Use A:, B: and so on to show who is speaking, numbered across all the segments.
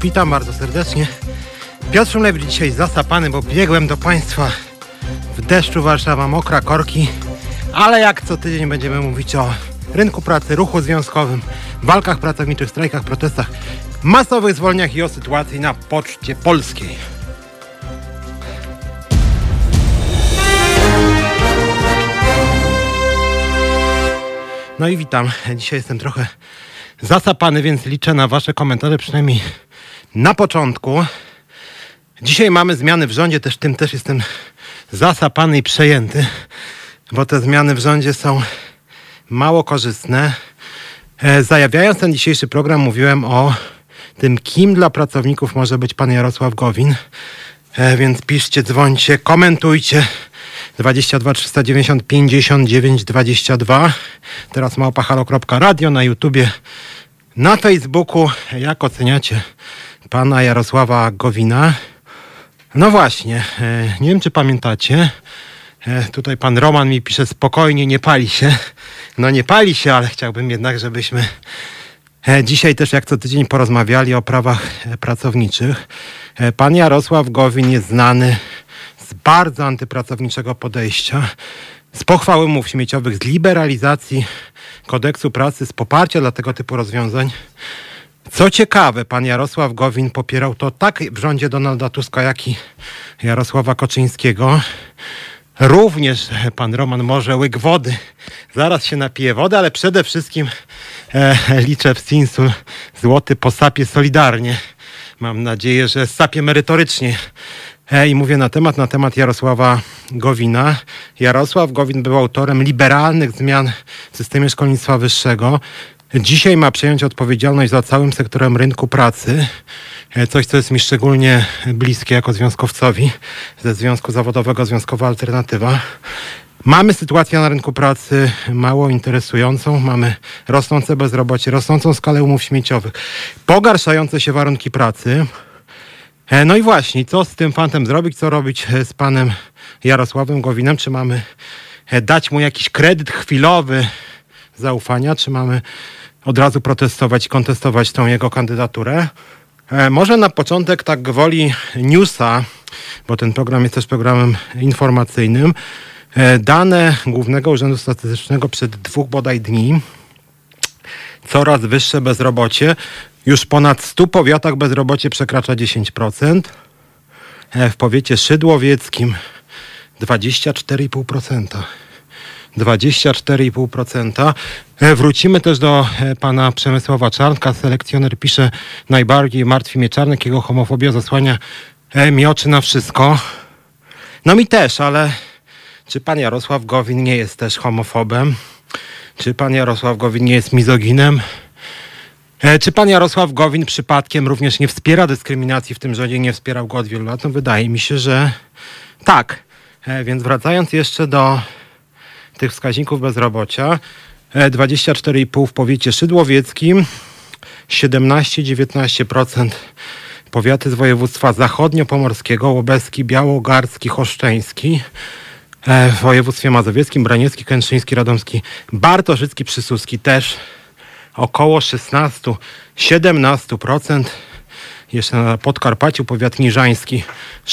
A: Witam bardzo serdecznie. Piotr Szumlewicz dzisiaj zasapany, bo biegłem do Państwa w deszczu. Warszawa mokra, korki. Ale jak co tydzień będziemy mówić o rynku pracy, ruchu związkowym, walkach pracowniczych, strajkach, protestach, masowych zwolnieniach i o sytuacji na Poczcie Polskiej. No i witam. Dzisiaj jestem trochę zasapany, więc liczę na Wasze komentarze, przynajmniej na początku. Dzisiaj mamy zmiany w rządzie, tym też jestem zasapany i przejęty, bo te zmiany w rządzie są mało korzystne. Zajawiając ten dzisiejszy program, mówiłem o tym, kim dla pracowników może być pan Jarosław Gowin. Więc piszcie, dzwońcie, komentujcie. 22 390 59 22. Teraz małpahalo.radio na YouTubie, na Facebooku. Jak oceniacie pana Jarosława Gowina? No właśnie, nie wiem czy pamiętacie. Tutaj pan Roman mi pisze, spokojnie, nie pali się. No nie pali się, ale chciałbym jednak, żebyśmy dzisiaj też jak co tydzień porozmawiali o prawach pracowniczych. Pan Jarosław Gowin jest znany z bardzo antypracowniczego podejścia, z pochwał umów śmieciowych, z liberalizacji kodeksu pracy, z poparcia dla tego typu rozwiązań. Co ciekawe, pan Jarosław Gowin popierał to tak w rządzie Donalda Tuska, jak i Jarosława Kaczyńskiego. Również pan Roman może łyk wody. Zaraz się napije wody, ale przede wszystkim liczę w Sinsul złoty po sapie solidarnie. Mam nadzieję, że sapie merytorycznie. I mówię na temat Jarosława Gowina. Jarosław Gowin był autorem liberalnych zmian w systemie szkolnictwa wyższego. Dzisiaj ma przejąć odpowiedzialność za całym sektorem rynku pracy. Coś, co jest mi szczególnie bliskie jako związkowcowi ze Związku Zawodowego Związkowa Alternatywa. Mamy sytuację na rynku pracy mało interesującą. Mamy rosnące bezrobocie, rosnącą skalę umów śmieciowych, pogarszające się warunki pracy. No i właśnie, co z tym fantem zrobić? Co robić z panem Jarosławem Gowinem? Czy mamy dać mu jakiś kredyt chwilowy zaufania? Czy mamy od razu protestować i kontestować tą jego kandydaturę? Może na początek tak gwoli newsa, bo ten program jest też programem informacyjnym. Dane Głównego Urzędu Statystycznego przed 2 bodaj dni. Coraz wyższe bezrobocie. Już ponad 100 powiatach bezrobocie przekracza 10%. W powiecie szydłowieckim 24,5%. 24,5%. Wrócimy też do pana Przemysława Czarnka. Selekcjoner pisze, najbardziej martwi mnie Czarnek, jego homofobia zasłania mi oczy na wszystko. No mi też, ale czy pan Jarosław Gowin nie jest też homofobem? Czy pan Jarosław Gowin nie jest mizoginem? Czy pan Jarosław Gowin przypadkiem również nie wspiera dyskryminacji w tym rządzie, nie wspierał go od wielu lat? No wydaje mi się, że tak. Więc wracając jeszcze do tych wskaźników bezrobocia, 24,5% w powiecie szydłowieckim, 17-19% powiaty z województwa zachodniopomorskiego, łobeski, białogardzki, choszczeński, w województwie mazowieckim, braniecki, kętrzyński, radomski, bartoszycki, przysuski też około 16-17%. Jeszcze na Podkarpaciu powiat niżański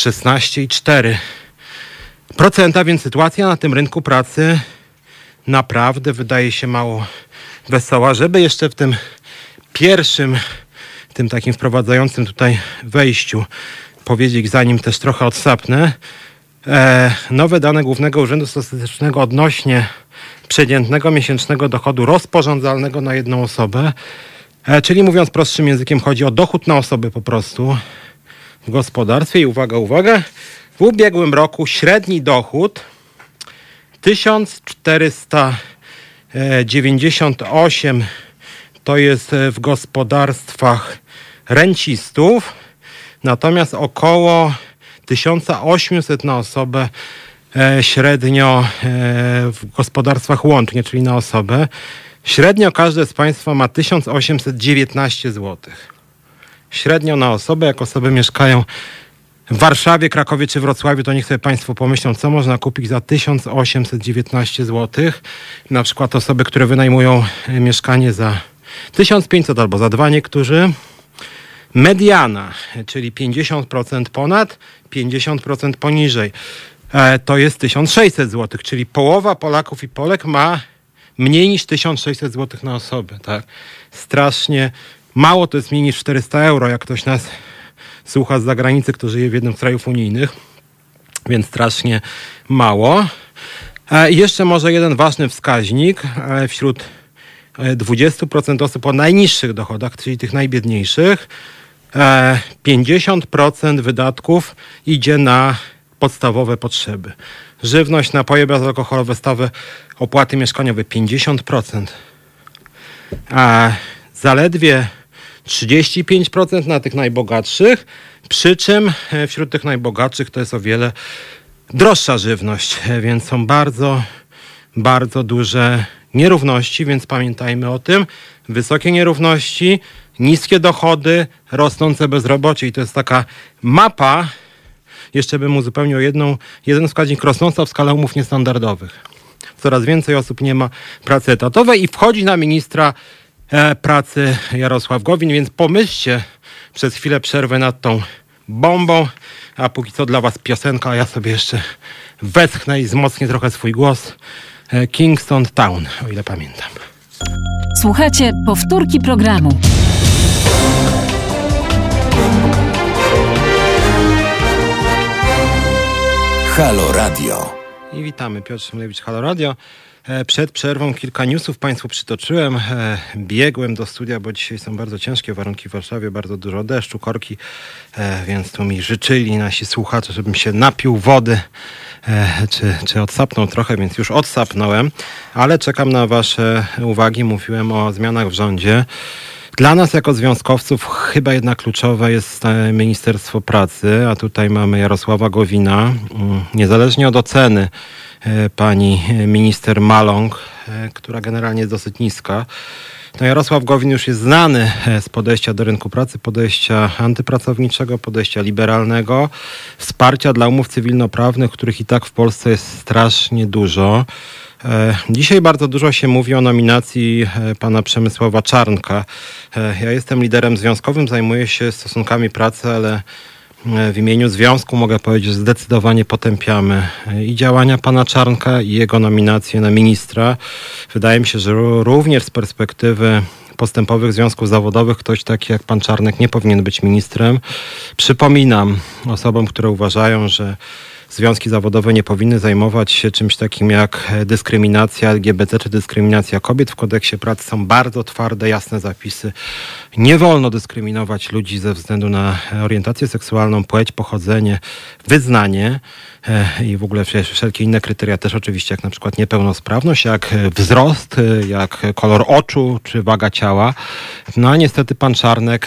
A: 16,4%, więc sytuacja na tym rynku pracy naprawdę wydaje się mało wesoła. Żeby jeszcze w tym pierwszym, tym takim wprowadzającym tutaj wejściu powiedzieć, zanim też trochę odsapnę, nowe dane Głównego Urzędu Statystycznego odnośnie przeciętnego miesięcznego dochodu rozporządzalnego na jedną osobę, czyli mówiąc prostszym językiem, chodzi o dochód na osobę po prostu w gospodarstwie. I uwaga, w ubiegłym roku średni dochód 1498 to jest w gospodarstwach rencistów, natomiast około 1800 na osobę średnio w gospodarstwach łącznie, czyli na osobę. Średnio każde z państwa ma 1819 zł. Średnio na osobę, jak osoby mieszkają w Warszawie, Krakowie czy Wrocławiu, to niech sobie państwo pomyślą, co można kupić za 1819 zł. Na przykład osoby, które wynajmują mieszkanie za 1500 albo za 2 niektórzy. Mediana, czyli 50% ponad, 50% poniżej. To jest 1600 zł, czyli połowa Polaków i Polek ma mniej niż 1600 zł na osobę. Tak? Strasznie mało, to jest mniej niż 400 euro, jak ktoś nas słucha z zagranicy, kto żyje w jednym z krajów unijnych, więc strasznie mało. I jeszcze może jeden ważny wskaźnik wśród 20% osób o najniższych dochodach, czyli tych najbiedniejszych, 50% wydatków idzie na podstawowe potrzeby. Żywność, napoje bezalkoholowe, stałe opłaty mieszkaniowe 50%. A zaledwie 35% na tych najbogatszych, przy czym wśród tych najbogatszych to jest o wiele droższa żywność, więc są bardzo, bardzo duże nierówności, więc pamiętajmy o tym. Wysokie nierówności, niskie dochody, rosnące bezrobocie i to jest taka mapa, jeszcze bym uzupełnił jeden wskaźnik, rosnąca w skala umów niestandardowych. Coraz więcej osób nie ma pracy etatowej i wchodzi na ministra pracy Jarosław Gowin, więc pomyślcie przez chwilę przerwę nad tą bombą, a póki co dla was piosenka, a ja sobie jeszcze westchnę i wzmocnię trochę swój głos. Kingston Town, o ile pamiętam.
B: Słuchajcie, powtórki programu.
C: Halo Radio.
A: I witamy, Piotr Szymlewicz, Halo Radio. Przed przerwą kilka newsów Państwu przytoczyłem. Biegłem do studia, bo dzisiaj są bardzo ciężkie warunki w Warszawie, bardzo dużo deszczu, korki, więc tu mi życzyli nasi słuchacze, żebym się napił wody, czy odsapnął trochę, więc już odsapnąłem, ale czekam na wasze uwagi. Mówiłem o zmianach w rządzie. Dla nas jako związkowców chyba jednak kluczowe jest Ministerstwo Pracy, a tutaj mamy Jarosława Gowina. Niezależnie od oceny pani minister Maląg, która generalnie jest dosyć niska, no Jarosław Gowin już jest znany z podejścia do rynku pracy, podejścia antypracowniczego, podejścia liberalnego, wsparcia dla umów cywilnoprawnych, których i tak w Polsce jest strasznie dużo. Dzisiaj bardzo dużo się mówi o nominacji pana Przemysława Czarnka. Ja jestem liderem związkowym, zajmuję się stosunkami pracy, ale w imieniu związku mogę powiedzieć, że zdecydowanie potępiamy i działania pana Czarnka, i jego nominację na ministra. Wydaje mi się, że również z perspektywy postępowych związków zawodowych ktoś taki jak pan Czarnek nie powinien być ministrem. Przypominam osobom, które uważają, że związki zawodowe nie powinny zajmować się czymś takim jak dyskryminacja LGBT czy dyskryminacja kobiet. W kodeksie pracy są bardzo twarde, jasne zapisy. Nie wolno dyskryminować ludzi ze względu na orientację seksualną, płeć, pochodzenie, wyznanie i w ogóle wszelkie inne kryteria też oczywiście, jak na przykład niepełnosprawność, jak wzrost, jak kolor oczu czy waga ciała. No a niestety pan Czarnek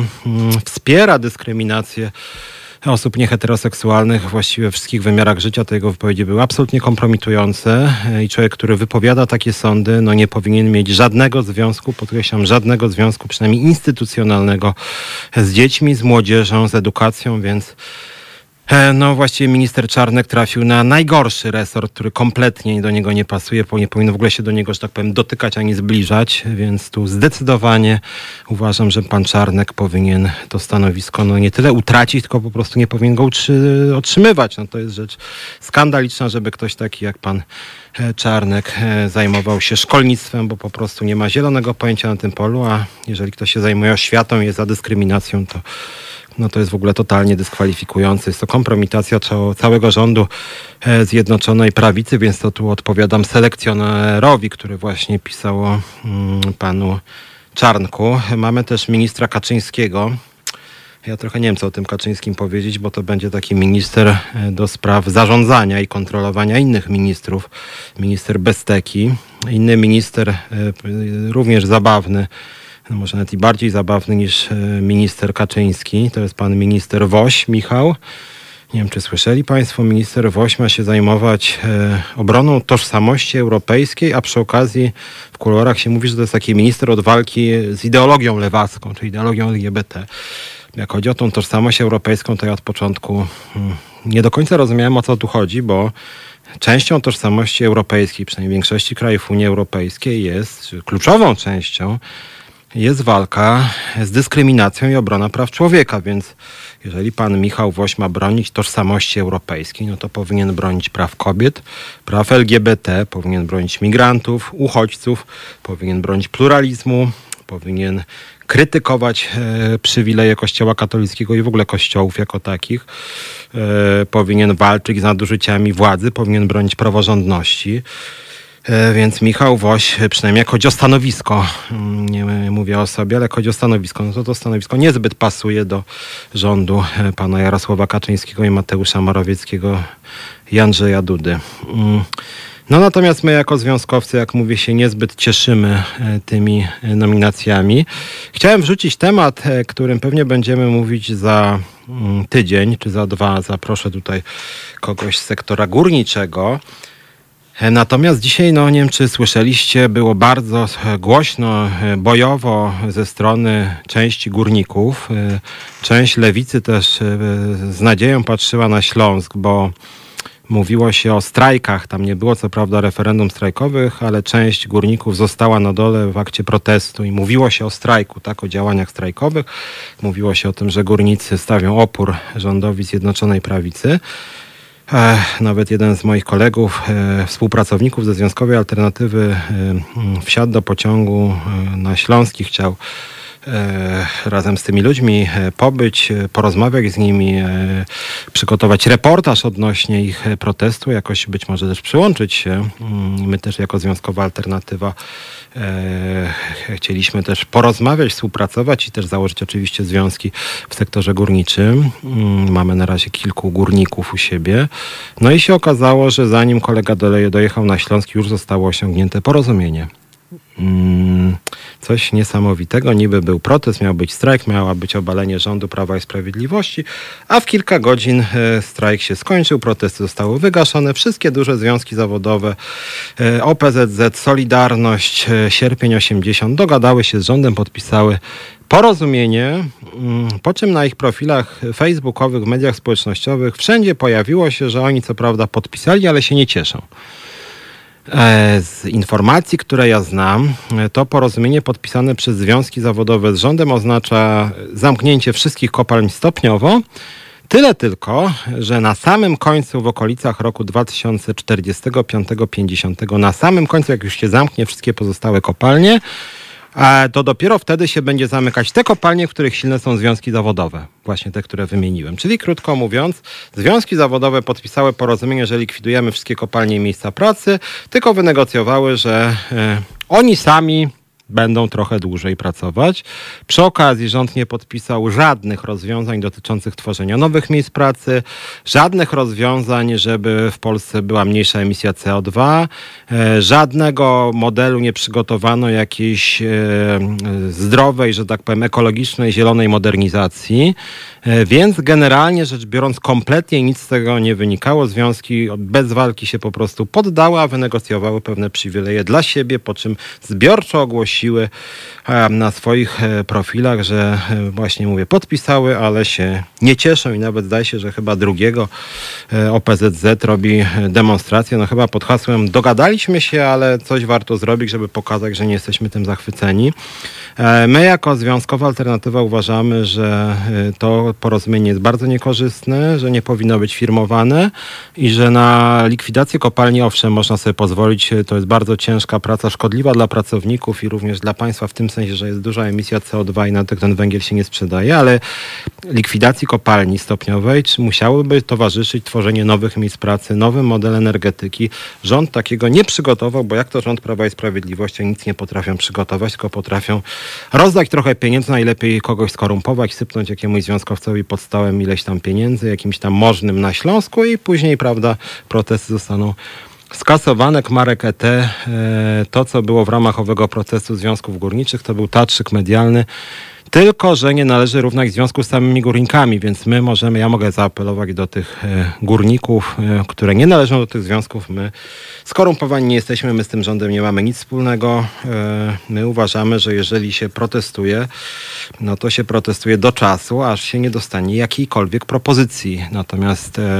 A: wspiera dyskryminację osób nieheteroseksualnych właściwie we wszystkich wymiarach życia. To jego wypowiedzi były absolutnie kompromitujące i człowiek, który wypowiada takie sądy, nie powinien mieć żadnego związku, podkreślam, żadnego związku, przynajmniej instytucjonalnego z dziećmi, z młodzieżą, z edukacją, więc właściwie minister Czarnek trafił na najgorszy resort, który kompletnie do niego nie pasuje, nie powinno w ogóle się do niego, że tak powiem, dotykać ani zbliżać, więc tu zdecydowanie uważam, że pan Czarnek powinien to stanowisko nie tyle utracić, tylko po prostu nie powinien go otrzymywać. To jest rzecz skandaliczna, żeby ktoś taki jak pan Czarnek zajmował się szkolnictwem, bo po prostu nie ma zielonego pojęcia na tym polu, a jeżeli ktoś się zajmuje oświatą i jest za dyskryminacją, to jest w ogóle totalnie dyskwalifikujące. Jest to kompromitacja całego rządu Zjednoczonej Prawicy, więc to tu odpowiadam selekcjonerowi, który właśnie pisał o panu Czarnku. Mamy też ministra Kaczyńskiego. Ja trochę nie wiem, co o tym Kaczyńskim powiedzieć, bo to będzie taki minister do spraw zarządzania i kontrolowania innych ministrów. Minister Besteki. Inny minister, również zabawny, może nawet i bardziej zabawny niż minister Kaczyński. To jest pan minister Woś, Michał. Nie wiem, czy słyszeli państwo, minister Woś ma się zajmować obroną tożsamości europejskiej, a przy okazji w kuluarach się mówi, że to jest taki minister od walki z ideologią lewacką, czyli ideologią LGBT. Jak chodzi o tą tożsamość europejską, to ja od początku nie do końca rozumiałem, o co tu chodzi, bo częścią tożsamości europejskiej, przynajmniej w większości krajów Unii Europejskiej kluczową częścią jest walka z dyskryminacją i obrona praw człowieka, więc jeżeli pan Michał Woś ma bronić tożsamości europejskiej, no to powinien bronić praw kobiet, praw LGBT, powinien bronić migrantów, uchodźców, powinien bronić pluralizmu, powinien krytykować przywileje Kościoła katolickiego i w ogóle kościołów jako takich. Powinien walczyć z nadużyciami władzy, powinien bronić praworządności. Więc Michał Woś, przynajmniej jak chodzi o stanowisko, nie mówię o sobie, ale jak chodzi o stanowisko, no to stanowisko niezbyt pasuje do rządu pana Jarosława Kaczyńskiego i Mateusza Morawieckiego i Andrzeja Dudy. No natomiast my jako związkowcy, jak mówię, się niezbyt cieszymy tymi nominacjami. Chciałem wrzucić temat, którym pewnie będziemy mówić za tydzień czy za 2. Zaproszę tutaj kogoś z sektora górniczego. Natomiast dzisiaj, no nie wiem czy słyszeliście, było bardzo głośno, bojowo ze strony części górników. Część lewicy też z nadzieją patrzyła na Śląsk, bo mówiło się o strajkach. Tam nie było co prawda referendum strajkowych, ale część górników została na dole w akcie protestu i mówiło się o strajku, tak, o działaniach strajkowych. Mówiło się o tym, że górnicy stawią opór rządowi Zjednoczonej Prawicy. Nawet jeden z moich kolegów, współpracowników ze Związkowej Alternatywy wsiadł do pociągu na Śląsk i chciał razem z tymi ludźmi pobyć, porozmawiać z nimi, przygotować reportaż odnośnie ich protestu, jakoś być może też przyłączyć się. My też jako Związkowa Alternatywa chcieliśmy też porozmawiać, współpracować i też założyć oczywiście związki w sektorze górniczym. Mamy na razie kilku górników u siebie. No i się okazało, że zanim kolega dojechał na Śląsk, już zostało osiągnięte porozumienie. Coś niesamowitego. Niby był protest, miał być strajk, miało być obalenie rządu Prawa i Sprawiedliwości, a w kilka godzin strajk się skończył, protesty zostały wygaszone. Wszystkie duże związki zawodowe, OPZZ, Solidarność, Sierpień 80 dogadały się z rządem, podpisały porozumienie, po czym na ich profilach facebookowych, w mediach społecznościowych wszędzie pojawiło się, że oni co prawda podpisali, ale się nie cieszą. Z informacji, które ja znam, to porozumienie podpisane przez związki zawodowe z rządem oznacza zamknięcie wszystkich kopalń stopniowo. Tyle tylko, że na samym końcu, w okolicach roku 2045-50, na samym końcu, jak już się zamknie wszystkie pozostałe kopalnie, to dopiero wtedy się będzie zamykać te kopalnie, w których silne są związki zawodowe. Właśnie te, które wymieniłem. Czyli krótko mówiąc, związki zawodowe podpisały porozumienie, że likwidujemy wszystkie kopalnie i miejsca pracy, tylko wynegocjowały, że oni sami będą trochę dłużej pracować. Przy okazji rząd nie podpisał żadnych rozwiązań dotyczących tworzenia nowych miejsc pracy, żadnych rozwiązań, żeby w Polsce była mniejsza emisja CO2, żadnego modelu nie przygotowano jakiejś zdrowej, że tak powiem, ekologicznej, zielonej modernizacji. Więc generalnie rzecz biorąc kompletnie nic z tego nie wynikało. Związki bez walki się po prostu poddały, a wynegocjowały pewne przywileje dla siebie, po czym zbiorczo ogłosiły na swoich profilach, że właśnie mówię, podpisały, ale się nie cieszą i nawet zdaje się, że chyba drugiego OPZZ robi demonstrację, no chyba pod hasłem dogadaliśmy się, ale coś warto zrobić, żeby pokazać, że nie jesteśmy tym zachwyceni. My jako Związkowa Alternatywa uważamy, że to porozumienie jest bardzo niekorzystne, że nie powinno być firmowane i że na likwidację kopalni owszem można sobie pozwolić. To jest bardzo ciężka praca, szkodliwa dla pracowników i również dla państwa w tym sensie, że jest duża emisja CO2 i na ten węgiel się nie sprzedaje, ale likwidacji kopalni stopniowej musiałoby towarzyszyć tworzenie nowych miejsc pracy, nowy model energetyki. Rząd takiego nie przygotował, bo jak to rząd Prawa i Sprawiedliwości nic nie potrafią przygotować, tylko potrafią rozdać trochę pieniędzy, najlepiej kogoś skorumpować, sypnąć jakiemuś związkowcowi pod stołem ileś tam pieniędzy, jakimś tam możnym na Śląsku i później, prawda, protesty zostaną skasowane. Marek ET, to co było w ramach owego procesu związków górniczych, to był teatrzyk medialny, tylko że nie należy równać związku z samymi górnikami, więc my możemy, ja mogę zaapelować do tych górników, które nie należą do tych związków. My skorumpowani nie jesteśmy, my z tym rządem nie mamy nic wspólnego. My uważamy, że jeżeli się protestuje, no to się protestuje do czasu, aż się nie dostanie jakiejkolwiek propozycji. Natomiast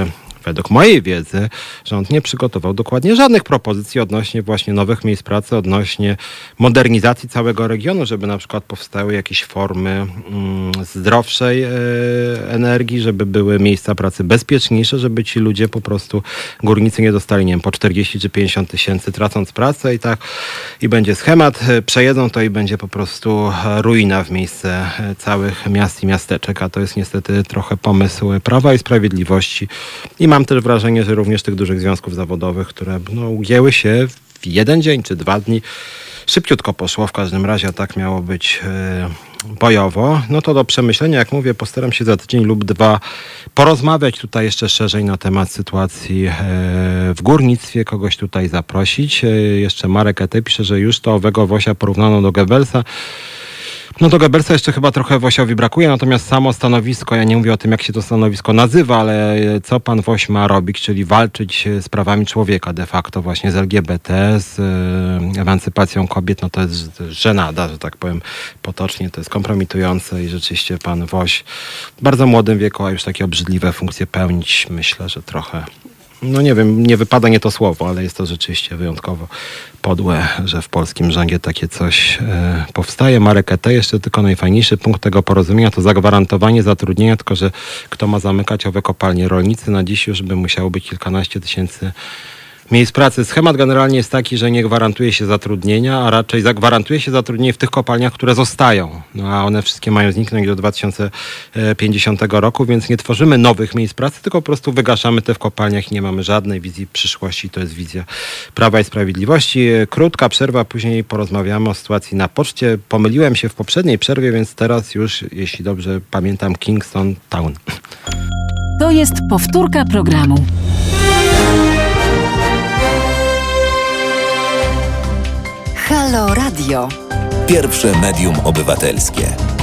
A: według mojej wiedzy rząd nie przygotował dokładnie żadnych propozycji odnośnie właśnie nowych miejsc pracy, odnośnie modernizacji całego regionu, żeby na przykład powstały jakieś formy zdrowszej energii, żeby były miejsca pracy bezpieczniejsze, żeby ci ludzie po prostu, górnicy nie dostali, nie wiem, po 40 czy 50 tysięcy tracąc pracę i tak i będzie schemat, przejedzą to i będzie po prostu ruina w miejsce całych miast i miasteczek, a to jest niestety trochę pomysł Prawa i Sprawiedliwości i mam też wrażenie, że również tych dużych związków zawodowych, które ugięły się w jeden dzień czy 2 dni. Szybciutko poszło, w każdym razie, a tak miało być bojowo. No to do przemyślenia, jak mówię, postaram się za tydzień lub 2 porozmawiać tutaj jeszcze szerzej na temat sytuacji w górnictwie, kogoś tutaj zaprosić. Jeszcze Marek Ety pisze, że już to owego Wosia porównano do Goebbelsa. No do Goebbelsa jeszcze chyba trochę Wosiowi brakuje, natomiast samo stanowisko, ja nie mówię o tym, jak się to stanowisko nazywa, ale co pan Woś ma robić, czyli walczyć z prawami człowieka de facto właśnie z LGBT, z emancypacją kobiet, no to jest żenada, że tak powiem potocznie, to jest kompromitujące i rzeczywiście pan Woś w bardzo młodym wieku, a już takie obrzydliwe funkcje pełnić, myślę, że trochę... No nie wiem, nie wypada nie to słowo, ale jest to rzeczywiście wyjątkowo podłe, że w polskim rządzie takie coś powstaje. Marek E.T. jeszcze tylko najfajniejszy punkt tego porozumienia to zagwarantowanie zatrudnienia, tylko że kto ma zamykać owe kopalnie? Rolnicy. Na dziś już by musiało być kilkanaście tysięcy miejsc pracy. Schemat generalnie jest taki, że nie gwarantuje się zatrudnienia, a raczej zagwarantuje się zatrudnienie w tych kopalniach, które zostają. No a one wszystkie mają zniknąć do 2050 roku, więc nie tworzymy nowych miejsc pracy, tylko po prostu wygaszamy te w kopalniach i nie mamy żadnej wizji przyszłości. To jest wizja Prawa i Sprawiedliwości. Krótka przerwa, później porozmawiamy o sytuacji na poczcie. Pomyliłem się w poprzedniej przerwie, więc teraz już, jeśli dobrze pamiętam, Kingston Town.
B: To jest powtórka programu.
C: Halo Radio. Pierwsze medium obywatelskie.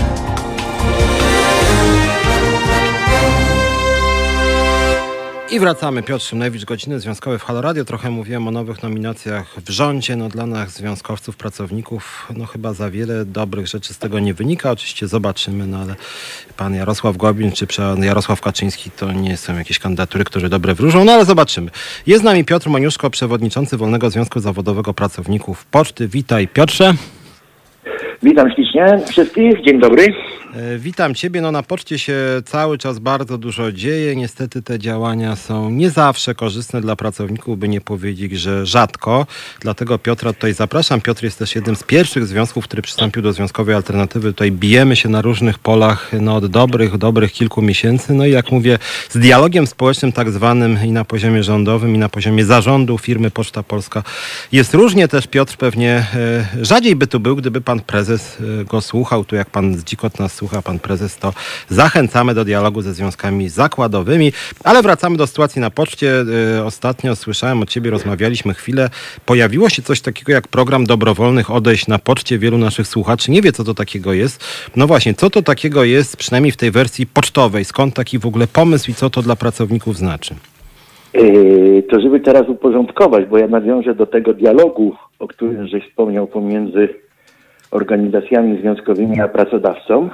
A: I wracamy. Piotr Szymlewicz, Godziny Związkowe w Halo Radio. Trochę mówiłem o nowych nominacjach w rządzie. No dla nas, związkowców, pracowników, no chyba za wiele dobrych rzeczy z tego nie wynika. Oczywiście zobaczymy, no ale pan Jarosław Gowin czy pan Jarosław Kaczyński to nie są jakieś kandydatury, które dobre wróżą, no ale zobaczymy. Jest z nami Piotr Moniuszko, przewodniczący Wolnego Związku Zawodowego Pracowników Poczty. Witaj, Piotrze.
D: Witam ślicznie wszystkich. Dzień dobry.
A: Witam Ciebie. No na poczcie się cały czas bardzo dużo dzieje. Niestety te działania są nie zawsze korzystne dla pracowników, by nie powiedzieć, że rzadko. Dlatego Piotra tutaj zapraszam. Piotr jest też jednym z pierwszych związków, który przystąpił do Związkowej Alternatywy. Tutaj bijemy się na różnych polach od dobrych kilku miesięcy. No i jak mówię, z dialogiem społecznym tak zwanym i na poziomie rządowym, i na poziomie zarządu firmy Poczta Polska jest różnie. Też Piotr pewnie rzadziej by tu był, gdyby pan prezes go słuchał. Tu jak pan Zdzikot nas słucha, pan prezes, to zachęcamy do dialogu ze związkami zakładowymi. Ale wracamy do sytuacji na poczcie. Ostatnio słyszałem od ciebie, rozmawialiśmy chwilę. Pojawiło się coś takiego jak program dobrowolnych odejść na poczcie. Wielu naszych słuchaczy nie wie, co to takiego jest. No właśnie, co to takiego jest, przynajmniej w tej wersji pocztowej? Skąd taki w ogóle pomysł i co to dla pracowników znaczy?
D: To żeby teraz uporządkować, bo ja nawiążę do tego dialogu, o którym żeś wspomniał pomiędzy organizacjami związkowymi a pracodawcą,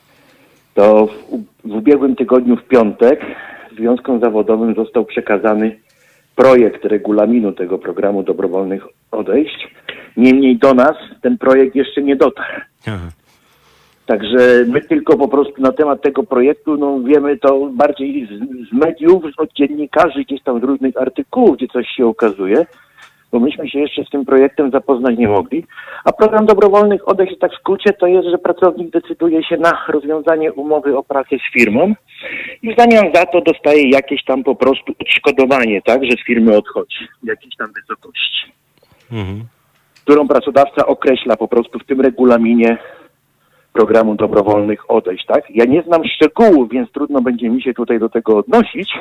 D: to w ubiegłym tygodniu w piątek związkom zawodowym został przekazany projekt regulaminu tego programu dobrowolnych odejść. Niemniej do nas ten projekt jeszcze nie dotarł.
A: Aha.
D: Także my tylko po prostu na temat tego projektu wiemy to bardziej z mediów, od dziennikarzy, gdzieś tam z różnych artykułów, gdzie coś się okazuje, bo myśmy się jeszcze z tym projektem zapoznać nie mogli. A program dobrowolnych odejść, tak w skrócie, to jest, że pracownik decyduje się na rozwiązanie umowy o pracę z firmą i w zamian za to dostaje jakieś tam po prostu odszkodowanie, tak, że z firmy odchodzi w jakiejś tam wysokości, którą pracodawca określa po prostu w tym regulaminie programu dobrowolnych odejść, tak? Ja nie znam szczegółów, więc trudno będzie mi się tutaj do tego odnosić,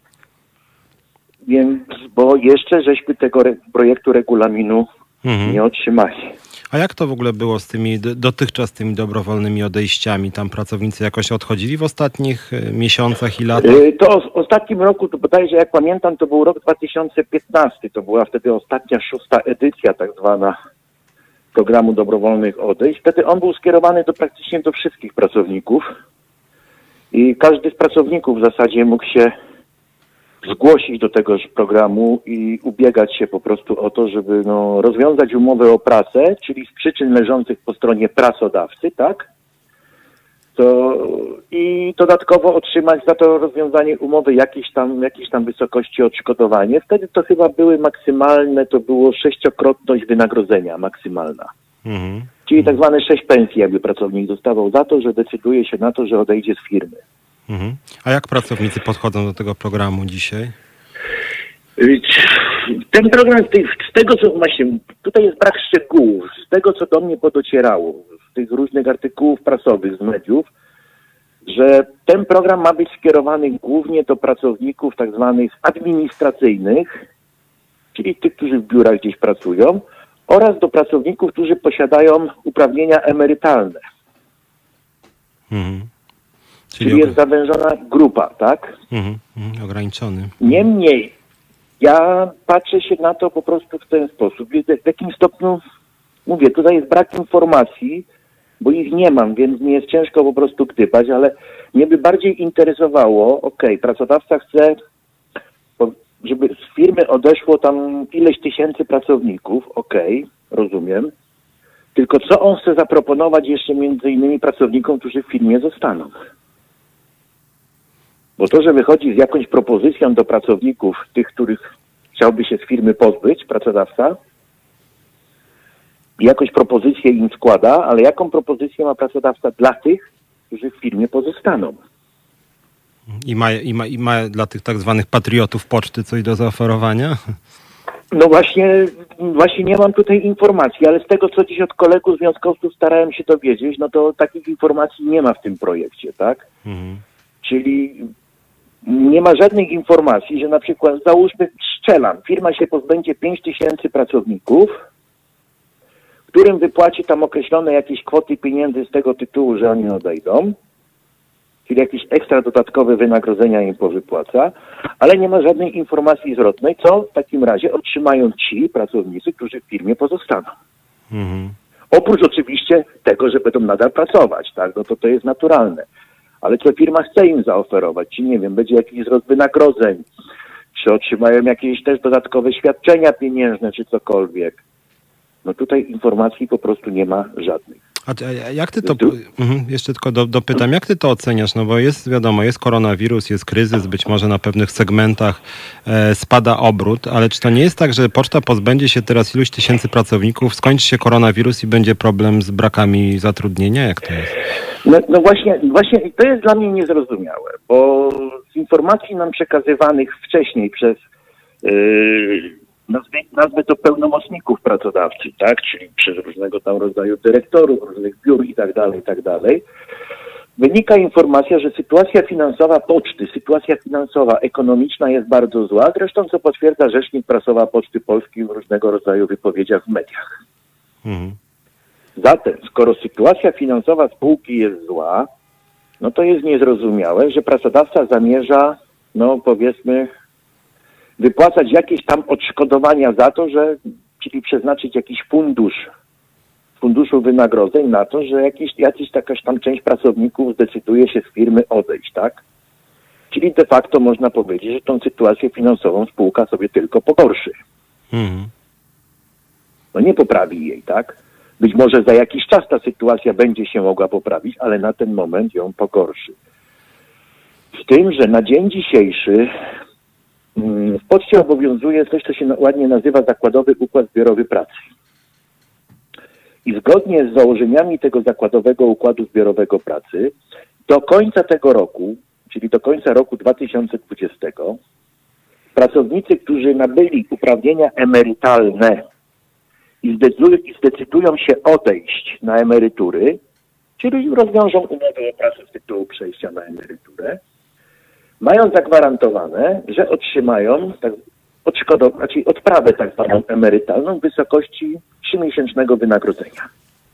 D: więc, bo jeszcze żeśmy tego projektu regulaminu nie otrzymali.
A: A jak to w ogóle było z tymi dotychczas tymi dobrowolnymi odejściami? Tam pracownicy jakoś odchodzili w ostatnich miesiącach i latach?
D: To w ostatnim roku, to bodajże jak pamiętam, to był rok 2015. To była wtedy ostatnia 6. edycja tak zwana programu dobrowolnych odejść. Wtedy on był skierowany praktycznie do wszystkich pracowników i każdy z pracowników w zasadzie mógł się zgłosić do tegoż programu i ubiegać się po prostu o to, żeby rozwiązać umowę o pracę, czyli z przyczyn leżących po stronie pracodawcy, tak? I dodatkowo otrzymać za to rozwiązanie umowy jakiejś tam wysokości odszkodowanie. Wtedy to chyba były maksymalne, to było 6-krotność wynagrodzenia maksymalna. Czyli tak zwane 6 pensji jakby pracownik dostawał za to, że decyduje się na to, że odejdzie z firmy.
A: A jak pracownicy podchodzą do tego programu dzisiaj?
D: Ten program, z tego co właśnie, tutaj jest brak szczegółów, z tego co do mnie podocierało, z tych różnych artykułów prasowych, z mediów, że ten program ma być skierowany głównie do pracowników tak zwanych administracyjnych, czyli tych, którzy w biurach gdzieś pracują, oraz do pracowników, którzy posiadają uprawnienia emerytalne. Czyli jest zawężona grupa, tak?
A: Ograniczony.
D: Niemniej, ja patrzę się na to po prostu w ten sposób. W jakim stopniu, mówię, tutaj jest brak informacji, bo ich nie mam, więc mi jest ciężko po prostu gdybać, ale mnie by bardziej interesowało, pracodawca chce, żeby z firmy odeszło tam ileś tysięcy pracowników, rozumiem, tylko co on chce zaproponować jeszcze między innymi pracownikom, którzy w firmie zostaną? Bo to, że wychodzi z jakąś propozycją do pracowników, tych, których chciałby się z firmy pozbyć, pracodawca, jakąś propozycję im składa, ale jaką propozycję ma pracodawca dla tych, którzy w firmie pozostaną?
A: I ma dla tych tak zwanych patriotów poczty coś do zaoferowania?
D: No właśnie nie mam tutaj informacji, ale z tego, co dziś od kolegów związkowców starałem się dowiedzieć, no to takich informacji nie ma w tym projekcie, tak? Czyli nie ma żadnych informacji, że na przykład, załóżmy, strzelam, firma się pozbędzie 5000 pracowników, którym wypłaci tam określone jakieś kwoty pieniędzy z tego tytułu, że oni odejdą, czyli jakieś ekstra dodatkowe wynagrodzenia im powypłaca, ale nie ma żadnej informacji zwrotnej, co w takim razie otrzymają ci pracownicy, którzy w firmie pozostaną. Oprócz oczywiście tego, że będą nadal pracować, tak, no to jest naturalne. Ale co firma chce im zaoferować? Czy nie wiem, będzie jakiś wzrost wynagrodzeń, czy otrzymają jakieś też dodatkowe świadczenia pieniężne, czy cokolwiek. No tutaj informacji po prostu nie ma żadnych.
A: A jak ty to, jeszcze tylko dopytam, jak ty to oceniasz? No bo jest, wiadomo, jest koronawirus, jest kryzys, być może na pewnych segmentach spada obrót, ale czy to nie jest tak, że poczta pozbędzie się teraz iluś tysięcy pracowników, skończy się koronawirus i będzie problem z brakami zatrudnienia? Jak to jest?
D: No właśnie to jest dla mnie niezrozumiałe, bo z informacji nam przekazywanych wcześniej przez nazwę to pełnomocników pracodawcy, tak, czyli przez różnego tam rodzaju dyrektorów, różnych biur i tak dalej, wynika informacja, że sytuacja finansowa poczty, sytuacja finansowa, ekonomiczna jest bardzo zła, zresztą co potwierdza rzecznik prasowa Poczty Polskiej w różnego rodzaju wypowiedziach w mediach. Zatem, skoro sytuacja finansowa spółki jest zła, no to jest niezrozumiałe, że pracodawca zamierza, powiedzmy, wypłacać jakieś tam odszkodowania za to, czyli przeznaczyć jakiś funduszu wynagrodzeń na to, że jakaś tam część pracowników zdecyduje się z firmy odejść, tak? Czyli de facto można powiedzieć, że tą sytuację finansową spółka sobie tylko pogorszy. No nie poprawi jej, tak? Być może za jakiś czas ta sytuacja będzie się mogła poprawić, ale na ten moment ją pogorszy. Z tym, że na dzień dzisiejszy w poczcie obowiązuje coś, co się ładnie nazywa zakładowy układ zbiorowy pracy. I zgodnie z założeniami tego zakładowego układu zbiorowego pracy do końca tego roku, czyli do końca roku 2020, pracownicy, którzy nabyli uprawnienia emerytalne i zdecydują się odejść na emerytury, czyli rozwiążą umowę o pracę z tytułu przejścia na emeryturę, mają zagwarantowane, że otrzymają odprawę tak zwaną emerytalną w wysokości 3-miesięcznego wynagrodzenia.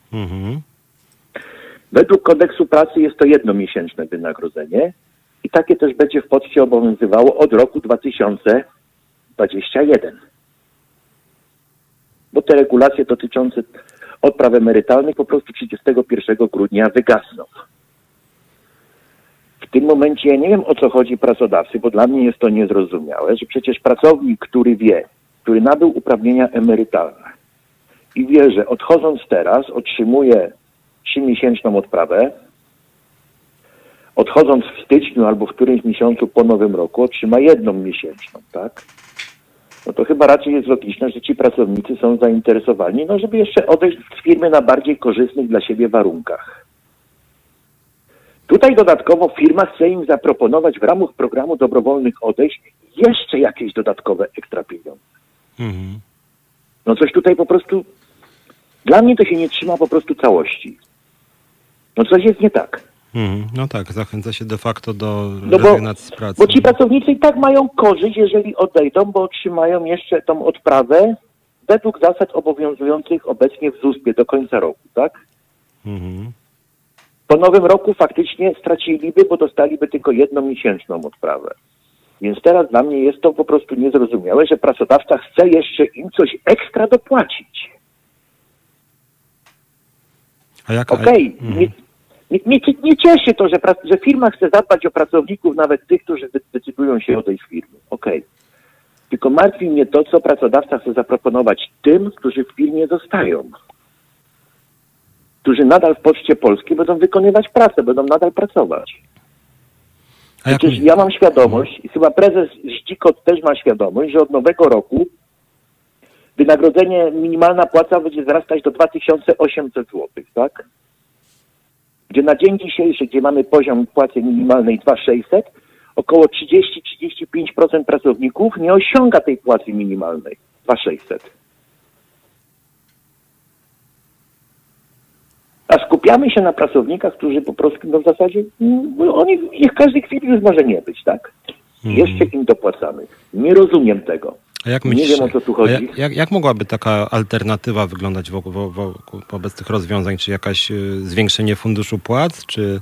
D: Według kodeksu pracy jest to 1-miesięczne wynagrodzenie i takie też będzie w poczcie obowiązywało od roku 2021. Bo te regulacje dotyczące odpraw emerytalnych po prostu 31 grudnia wygasną. W tym momencie ja nie wiem, o co chodzi pracodawcy, bo dla mnie jest to niezrozumiałe, że przecież pracownik, który wie, który nabył uprawnienia emerytalne i wie, że odchodząc teraz otrzymuje 3-miesięczną odprawę, odchodząc w styczniu albo w którymś miesiącu po nowym roku otrzyma 1-miesięczną, tak? No to chyba raczej jest logiczne, że ci pracownicy są zainteresowani, no żeby jeszcze odejść z firmy na bardziej korzystnych dla siebie warunkach. Tutaj dodatkowo firma chce im zaproponować w ramach programu dobrowolnych odejść jeszcze jakieś dodatkowe ekstra pieniądze. No coś tutaj po prostu, dla mnie to się nie trzyma po prostu całości. No coś jest nie tak.
A: No tak, zachęca się de facto do rezygnacji z pracy.
D: Bo ci pracownicy i tak mają korzyść, jeżeli odejdą, bo otrzymają jeszcze tą odprawę według zasad obowiązujących obecnie w ZUS-ie do końca roku, tak? Po nowym roku faktycznie straciliby, bo dostaliby tylko 1-miesięczną odprawę. Więc teraz dla mnie jest to po prostu niezrozumiałe, że pracodawca chce jeszcze im coś ekstra dopłacić. Okej. Nie cieszy to, że firma chce zadbać o pracowników, nawet tych, którzy decydują się odejść z firmy. Okej. Tylko martwi mnie to, co pracodawca chce zaproponować tym, którzy w firmie zostają. Którzy nadal w Poczcie Polskiej będą wykonywać pracę, będą nadal pracować. Przecież ja mam świadomość i chyba prezes Zdzikot też ma świadomość, że od nowego roku wynagrodzenie, minimalna płaca będzie wzrastać do 2800 zł, tak? Gdzie na dzień dzisiejszy, gdzie mamy poziom płacy minimalnej 2600, około 30-35% pracowników nie osiąga tej płacy minimalnej 2600. A skupiamy się na pracownikach, którzy po prostu w zasadzie, ich w każdej chwili już może nie być, tak? Jeszcze im dopłacamy. Nie rozumiem tego.
A: A jak
D: myślisz, nie wiem, o co tu chodzi.
A: Jak mogłaby taka alternatywa wyglądać wobec tych rozwiązań? Czy jakaś zwiększenie funduszu płac, czy...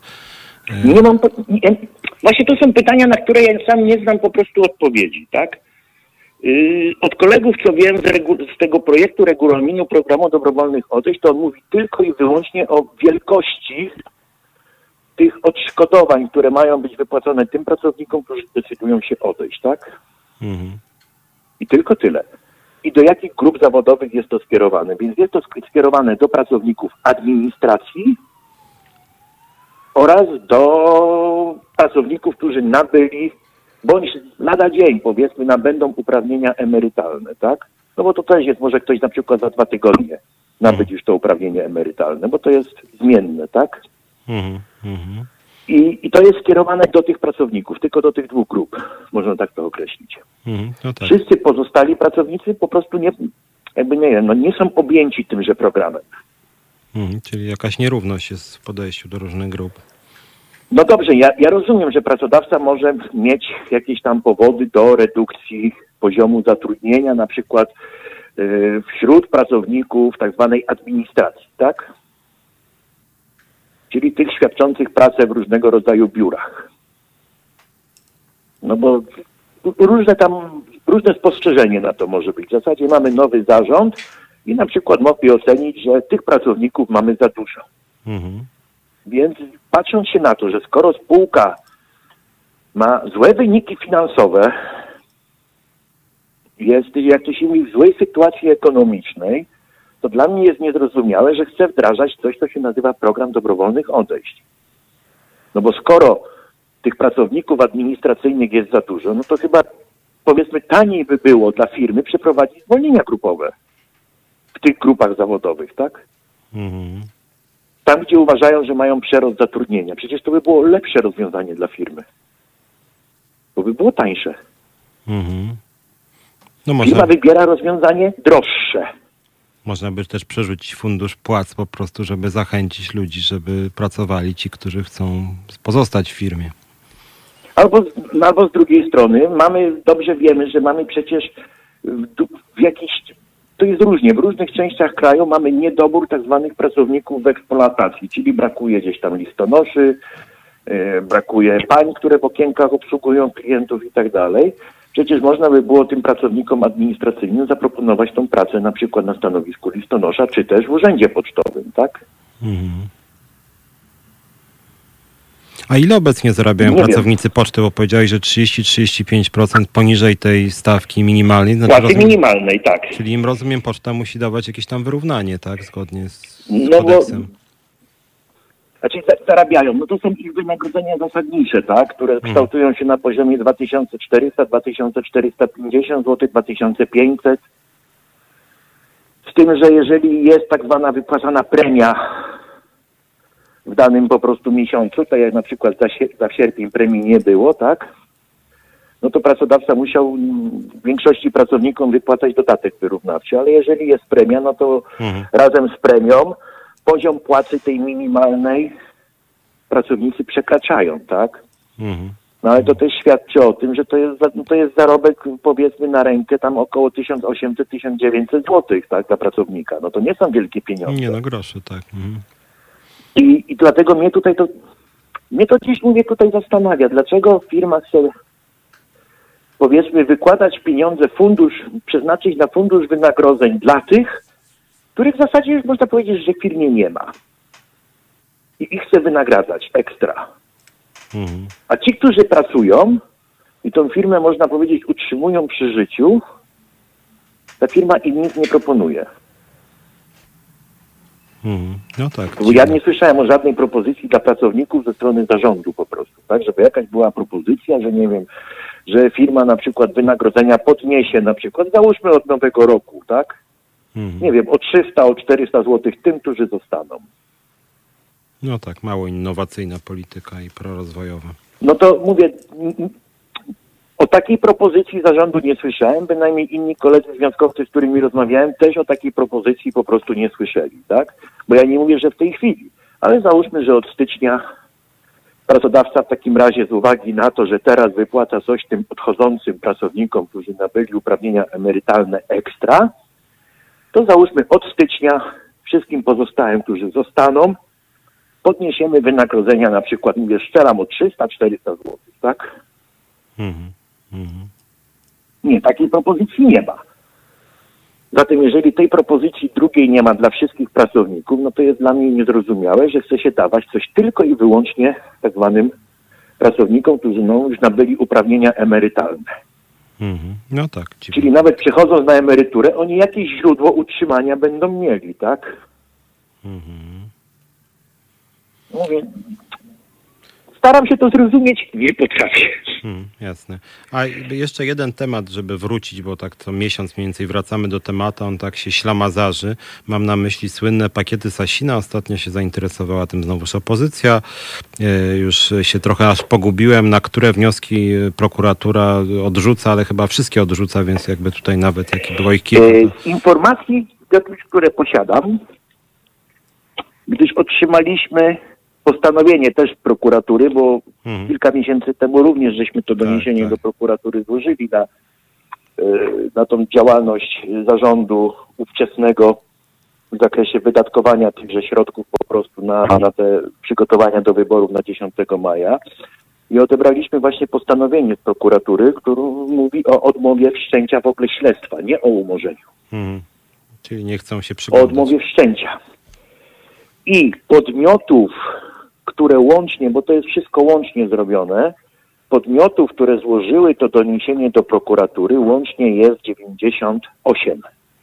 D: Właśnie to są pytania, na które ja sam nie znam po prostu odpowiedzi, tak? Od kolegów, co wiem z tego projektu regulaminu programu dobrowolnych odejść, to on mówi tylko i wyłącznie o wielkości tych odszkodowań, które mają być wypłacone tym pracownikom, którzy decydują się odejść, tak? I tylko tyle. I do jakich grup zawodowych jest to skierowane? Więc jest to skierowane do pracowników administracji oraz do pracowników, którzy nabyli bądź lada dzień, powiedzmy, nabędą uprawnienia emerytalne, tak? No bo to też jest, może ktoś na przykład za 2 tygodnie nabyć już to uprawnienie emerytalne, bo to jest zmienne, tak? I to jest skierowane do tych pracowników, tylko do tych 2 grup, można tak to określić.
A: No tak.
D: Wszyscy pozostali pracownicy po prostu nie są objęci tymże programem.
A: Czyli jakaś nierówność jest w podejściu do różnych grup.
D: No dobrze, ja rozumiem, że pracodawca może mieć jakieś tam powody do redukcji poziomu zatrudnienia, na przykład wśród pracowników tak zwanej administracji, tak? Czyli tych świadczących pracę w różnego rodzaju biurach. No bo różne spostrzeżenie na to może być. W zasadzie mamy nowy zarząd i na przykład mogli ocenić, że tych pracowników mamy za dużo. Więc patrząc się na to, że skoro spółka ma złe wyniki finansowe, jest, jak to się mówi, w złej sytuacji ekonomicznej, to dla mnie jest niezrozumiałe, że chce wdrażać coś, co się nazywa program dobrowolnych odejść. No bo skoro tych pracowników administracyjnych jest za dużo, no to chyba, powiedzmy, taniej by było dla firmy przeprowadzić zwolnienia grupowe w tych grupach zawodowych, tak? Tam, gdzie uważają, że mają przerost zatrudnienia. Przecież to by było lepsze rozwiązanie dla firmy. Bo by było tańsze.
A: No
D: Firma wybiera rozwiązanie droższe.
A: Można by też przerzucić fundusz płac po prostu, żeby zachęcić ludzi, żeby pracowali ci, którzy chcą pozostać w firmie.
D: Albo z drugiej strony dobrze wiemy, że mamy przecież to jest różnie, w różnych częściach kraju mamy niedobór tak zwanych pracowników w eksploatacji, czyli brakuje gdzieś tam listonoszy, brakuje pań, które w okienkach obsługują klientów i tak dalej. Przecież można by było tym pracownikom administracyjnym zaproponować tą pracę na przykład na stanowisku listonosza, czy też w urzędzie pocztowym, tak?
A: A ile obecnie zarabiają
D: Nie wiem.
A: pracownicy poczty? Bo powiedziałeś, że 30-35% poniżej tej stawki minimalnej. Znaczy,
D: Płacy minimalnej, tak.
A: Czyli im, rozumiem, poczta musi dawać jakieś tam wyrównanie, tak? Zgodnie z
D: No bo,
A: kodeksem.
D: znaczy zarabiają, no to są ich wynagrodzenia zasadnicze, tak? Które kształtują się na poziomie 2400, 2450 zł, 2500. Z tym, że jeżeli jest tak zwana wypłacana premia w danym po prostu miesiącu, tak jak na przykład za sierpień premii nie było, tak? No to pracodawca musiał większości pracownikom wypłacać dodatek wyrównawczy, ale jeżeli jest premia, no to razem z premią poziom płacy tej minimalnej pracownicy przekraczają, tak? No ale to też świadczy o tym, że to jest zarobek, powiedzmy, na rękę tam około 1800-1900 zł, tak, dla pracownika. No to nie są wielkie pieniądze.
A: Nie no, grosze, tak.
D: I dlatego mnie to gdzieś, mówię, tutaj zastanawia, dlaczego firma chce, powiedzmy, wykładać pieniądze, przeznaczyć na fundusz wynagrodzeń dla tych, których w zasadzie już można powiedzieć, że w firmie nie ma. I ich chce wynagradzać ekstra. A ci, którzy pracują i tą firmę, można powiedzieć, utrzymują przy życiu, ta firma im nic nie proponuje.
A: No tak.
D: Bo ja nie słyszałem o żadnej propozycji dla pracowników ze strony zarządu po prostu, tak? Żeby jakaś była propozycja, że nie wiem, że firma na przykład wynagrodzenia podniesie na przykład, załóżmy od nowego roku, tak? Nie wiem, o 300, o 400 zł tym, którzy zostaną.
A: No tak, mało innowacyjna polityka i prorozwojowa.
D: No to mówię, o takiej propozycji zarządu nie słyszałem, bynajmniej inni koledzy związkowcy, z którymi rozmawiałem, też o takiej propozycji po prostu nie słyszeli, tak? Bo ja nie mówię, że w tej chwili, ale załóżmy, że od stycznia pracodawca w takim razie z uwagi na to, że teraz wypłaca coś tym odchodzącym pracownikom, którzy nabyli uprawnienia emerytalne ekstra, to załóżmy od stycznia wszystkim pozostałym, którzy zostaną, podniesiemy wynagrodzenia na przykład, mówię, strzelam o 300-400 zł, tak? Nie, takiej propozycji nie ma. Zatem jeżeli tej propozycji drugiej nie ma dla wszystkich pracowników, no to jest dla mnie niezrozumiałe, że chce się dawać coś tylko i wyłącznie tak zwanym pracownikom, którzy już nabyli uprawnienia emerytalne.
A: No tak.
D: Czyli nawet przechodząc na emeryturę, oni jakieś źródło utrzymania będą mieli, tak? Mówię, staram się to zrozumieć, nie potrafię.
A: Jasne. A jeszcze jeden temat, żeby wrócić, bo tak co miesiąc mniej więcej wracamy do tematu, on tak się ślamazarzy. Mam na myśli słynne pakiety Sasina. Ostatnio się zainteresowała tym znowuż opozycja. Już się trochę aż pogubiłem, na które wnioski prokuratura odrzuca, ale chyba wszystkie odrzuca, więc jakby tutaj nawet jakie było ich kilka.
D: Z informacji, które posiadam, gdyż otrzymaliśmy postanowienie też prokuratury, bo kilka miesięcy temu również żeśmy to doniesienie do prokuratury złożyli na tą działalność zarządu ówczesnego w zakresie wydatkowania tychże środków po prostu na te przygotowania do wyborów na 10 maja. I odebraliśmy właśnie postanowienie z prokuratury, które mówi o odmowie wszczęcia w ogóle śledztwa, nie o umorzeniu.
A: Czyli nie chcą się przyglądać.
D: O odmowie wszczęcia. I podmiotów, które łącznie, bo to jest wszystko łącznie zrobione, podmiotów, które złożyły to doniesienie do prokuratury, łącznie jest 98.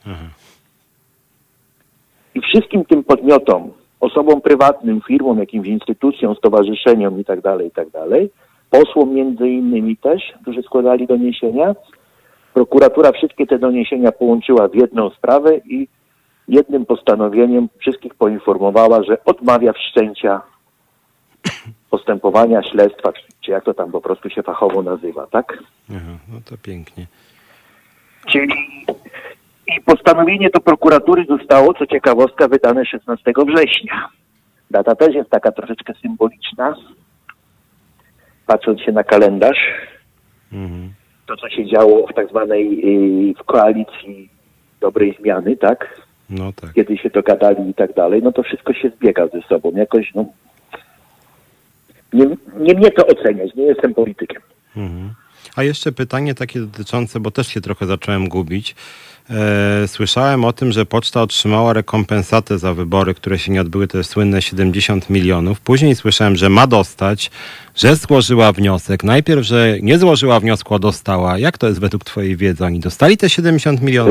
D: I wszystkim tym podmiotom, osobom prywatnym, firmom, jakimś instytucjom, stowarzyszeniom i tak dalej, posłom między innymi też, którzy składali doniesienia, prokuratura wszystkie te doniesienia połączyła w jedną sprawę i jednym postanowieniem wszystkich poinformowała, że odmawia wszczęcia postępowania, śledztwa, czy jak to tam po prostu się fachowo nazywa, tak?
A: No to pięknie.
D: Czyli i postanowienie do prokuratury zostało, co ciekawostka, wydane 16 września. Data też jest taka troszeczkę symboliczna, patrząc się na kalendarz. To, co się działo w tak zwanej w koalicji dobrej zmiany, tak?
A: No tak.
D: Kiedy się dogadali i tak dalej, no to wszystko się zbiega ze sobą. Jakoś, nie mnie to oceniać, nie jestem politykiem.
A: A jeszcze pytanie takie dotyczące, bo też się trochę zacząłem gubić. Słyszałem o tym, że poczta otrzymała rekompensatę za wybory, które się nie odbyły, to jest słynne 70 milionów. Później słyszałem, że ma dostać, że złożyła wniosek. Najpierw, że nie złożyła wniosku, a dostała. Jak to jest według twojej wiedzy? Oni dostali te 70 milionów?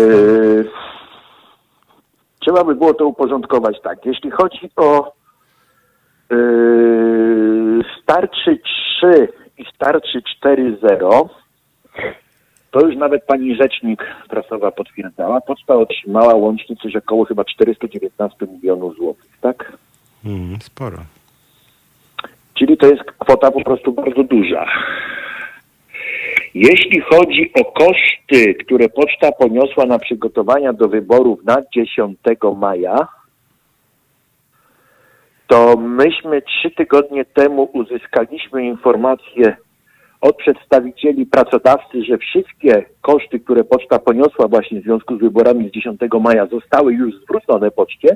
D: Trzeba by było to uporządkować tak. Jeśli chodzi o starczy 3 i starczy 4.0, to już nawet pani rzecznik prasowa potwierdzała. Poczta otrzymała łącznie coś około chyba 419 milionów złotych, tak?
A: Sporo.
D: Czyli to jest kwota po prostu bardzo duża. Jeśli chodzi o koszty, które poczta poniosła na przygotowania do wyborów na 10 maja, to myśmy 3 tygodnie temu uzyskaliśmy informację od przedstawicieli pracodawcy, że wszystkie koszty, które poczta poniosła właśnie w związku z wyborami z 10 maja zostały już zwrócone poczcie,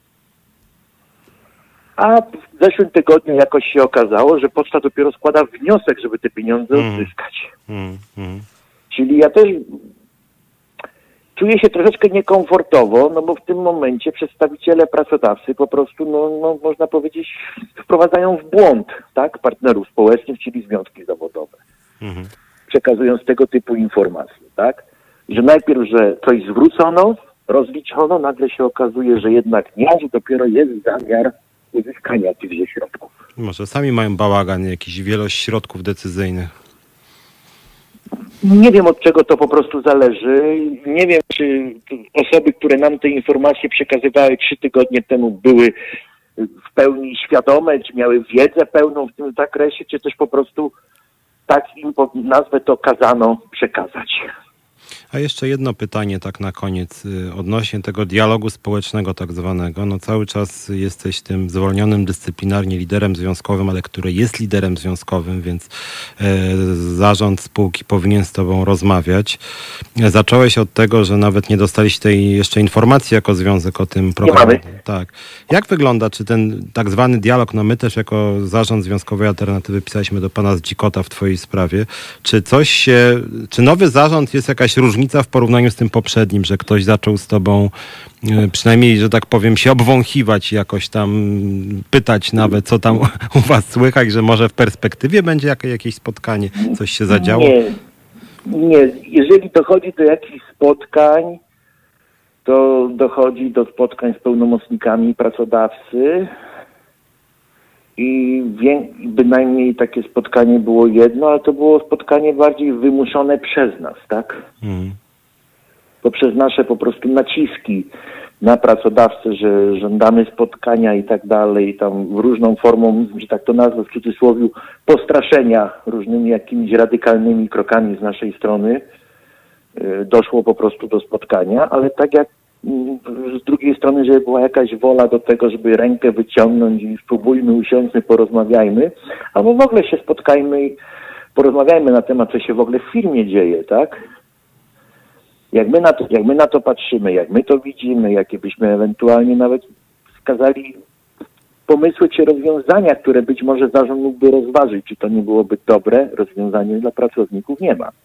D: a w zeszłym tygodniu jakoś się okazało, że poczta dopiero składa wniosek, żeby te pieniądze odzyskać. Czyli ja też czuję się troszeczkę niekomfortowo, no bo w tym momencie przedstawiciele pracodawcy po prostu, no można powiedzieć, wprowadzają w błąd, tak, partnerów społecznych, czyli związki zawodowe. Przekazując tego typu informacje, tak, że najpierw, że coś zwrócono, rozliczono, nagle się okazuje, że jednak nie, że dopiero jest zamiar uzyskania tychże środków.
A: Może sami mają bałagan, jakiś wielość środków decyzyjnych.
D: Nie wiem, od czego to po prostu zależy. Nie wiem, czy osoby, które nam te informacje przekazywały 3 tygodnie temu, były w pełni świadome, czy miały wiedzę pełną w tym zakresie, czy też po prostu tak im, nazwę to, kazano przekazać.
A: A jeszcze jedno pytanie tak na koniec odnośnie tego dialogu społecznego tak zwanego. No cały czas jesteś tym zwolnionym dyscyplinarnie liderem związkowym, ale który jest liderem związkowym, więc zarząd spółki powinien z tobą rozmawiać. Zacząłeś od tego, że nawet nie dostaliście tej jeszcze informacji jako związek o tym programie. Tak. Jak wygląda, czy ten tak zwany dialog, no my też jako zarząd Związkowej Alternatywy pisaliśmy do pana Zdzikota w twojej sprawie, czy nowy zarząd jest jakaś różnica w porównaniu z tym poprzednim, że ktoś zaczął z tobą przynajmniej, że tak powiem, się obwąchiwać i jakoś tam pytać nawet, co tam u was słychać, że może w perspektywie będzie jakieś spotkanie, coś się zadziało?
D: Nie. Jeżeli dochodzi do jakichś spotkań, to dochodzi do spotkań z pełnomocnikami pracodawcy i bynajmniej takie spotkanie było jedno, ale to było spotkanie bardziej wymuszone przez nas, tak? Poprzez nasze po prostu naciski na pracodawcę, że żądamy spotkania i tak dalej, tam różną formą, że tak to nazwę w cudzysłowie, postraszenia różnymi jakimiś radykalnymi krokami z naszej strony doszło po prostu do spotkania, ale tak jak z drugiej strony, żeby była jakaś wola do tego, żeby rękę wyciągnąć i spróbujmy, usiądźmy, porozmawiajmy, albo w ogóle się spotkajmy i porozmawiajmy na temat, co się w ogóle w firmie dzieje, tak? Jak my na to patrzymy, jak my to widzimy, jakie byśmy ewentualnie nawet wskazali pomysły czy rozwiązania, które być może zarząd mógłby rozważyć, czy to nie byłoby dobre rozwiązanie dla pracowników, nie ma.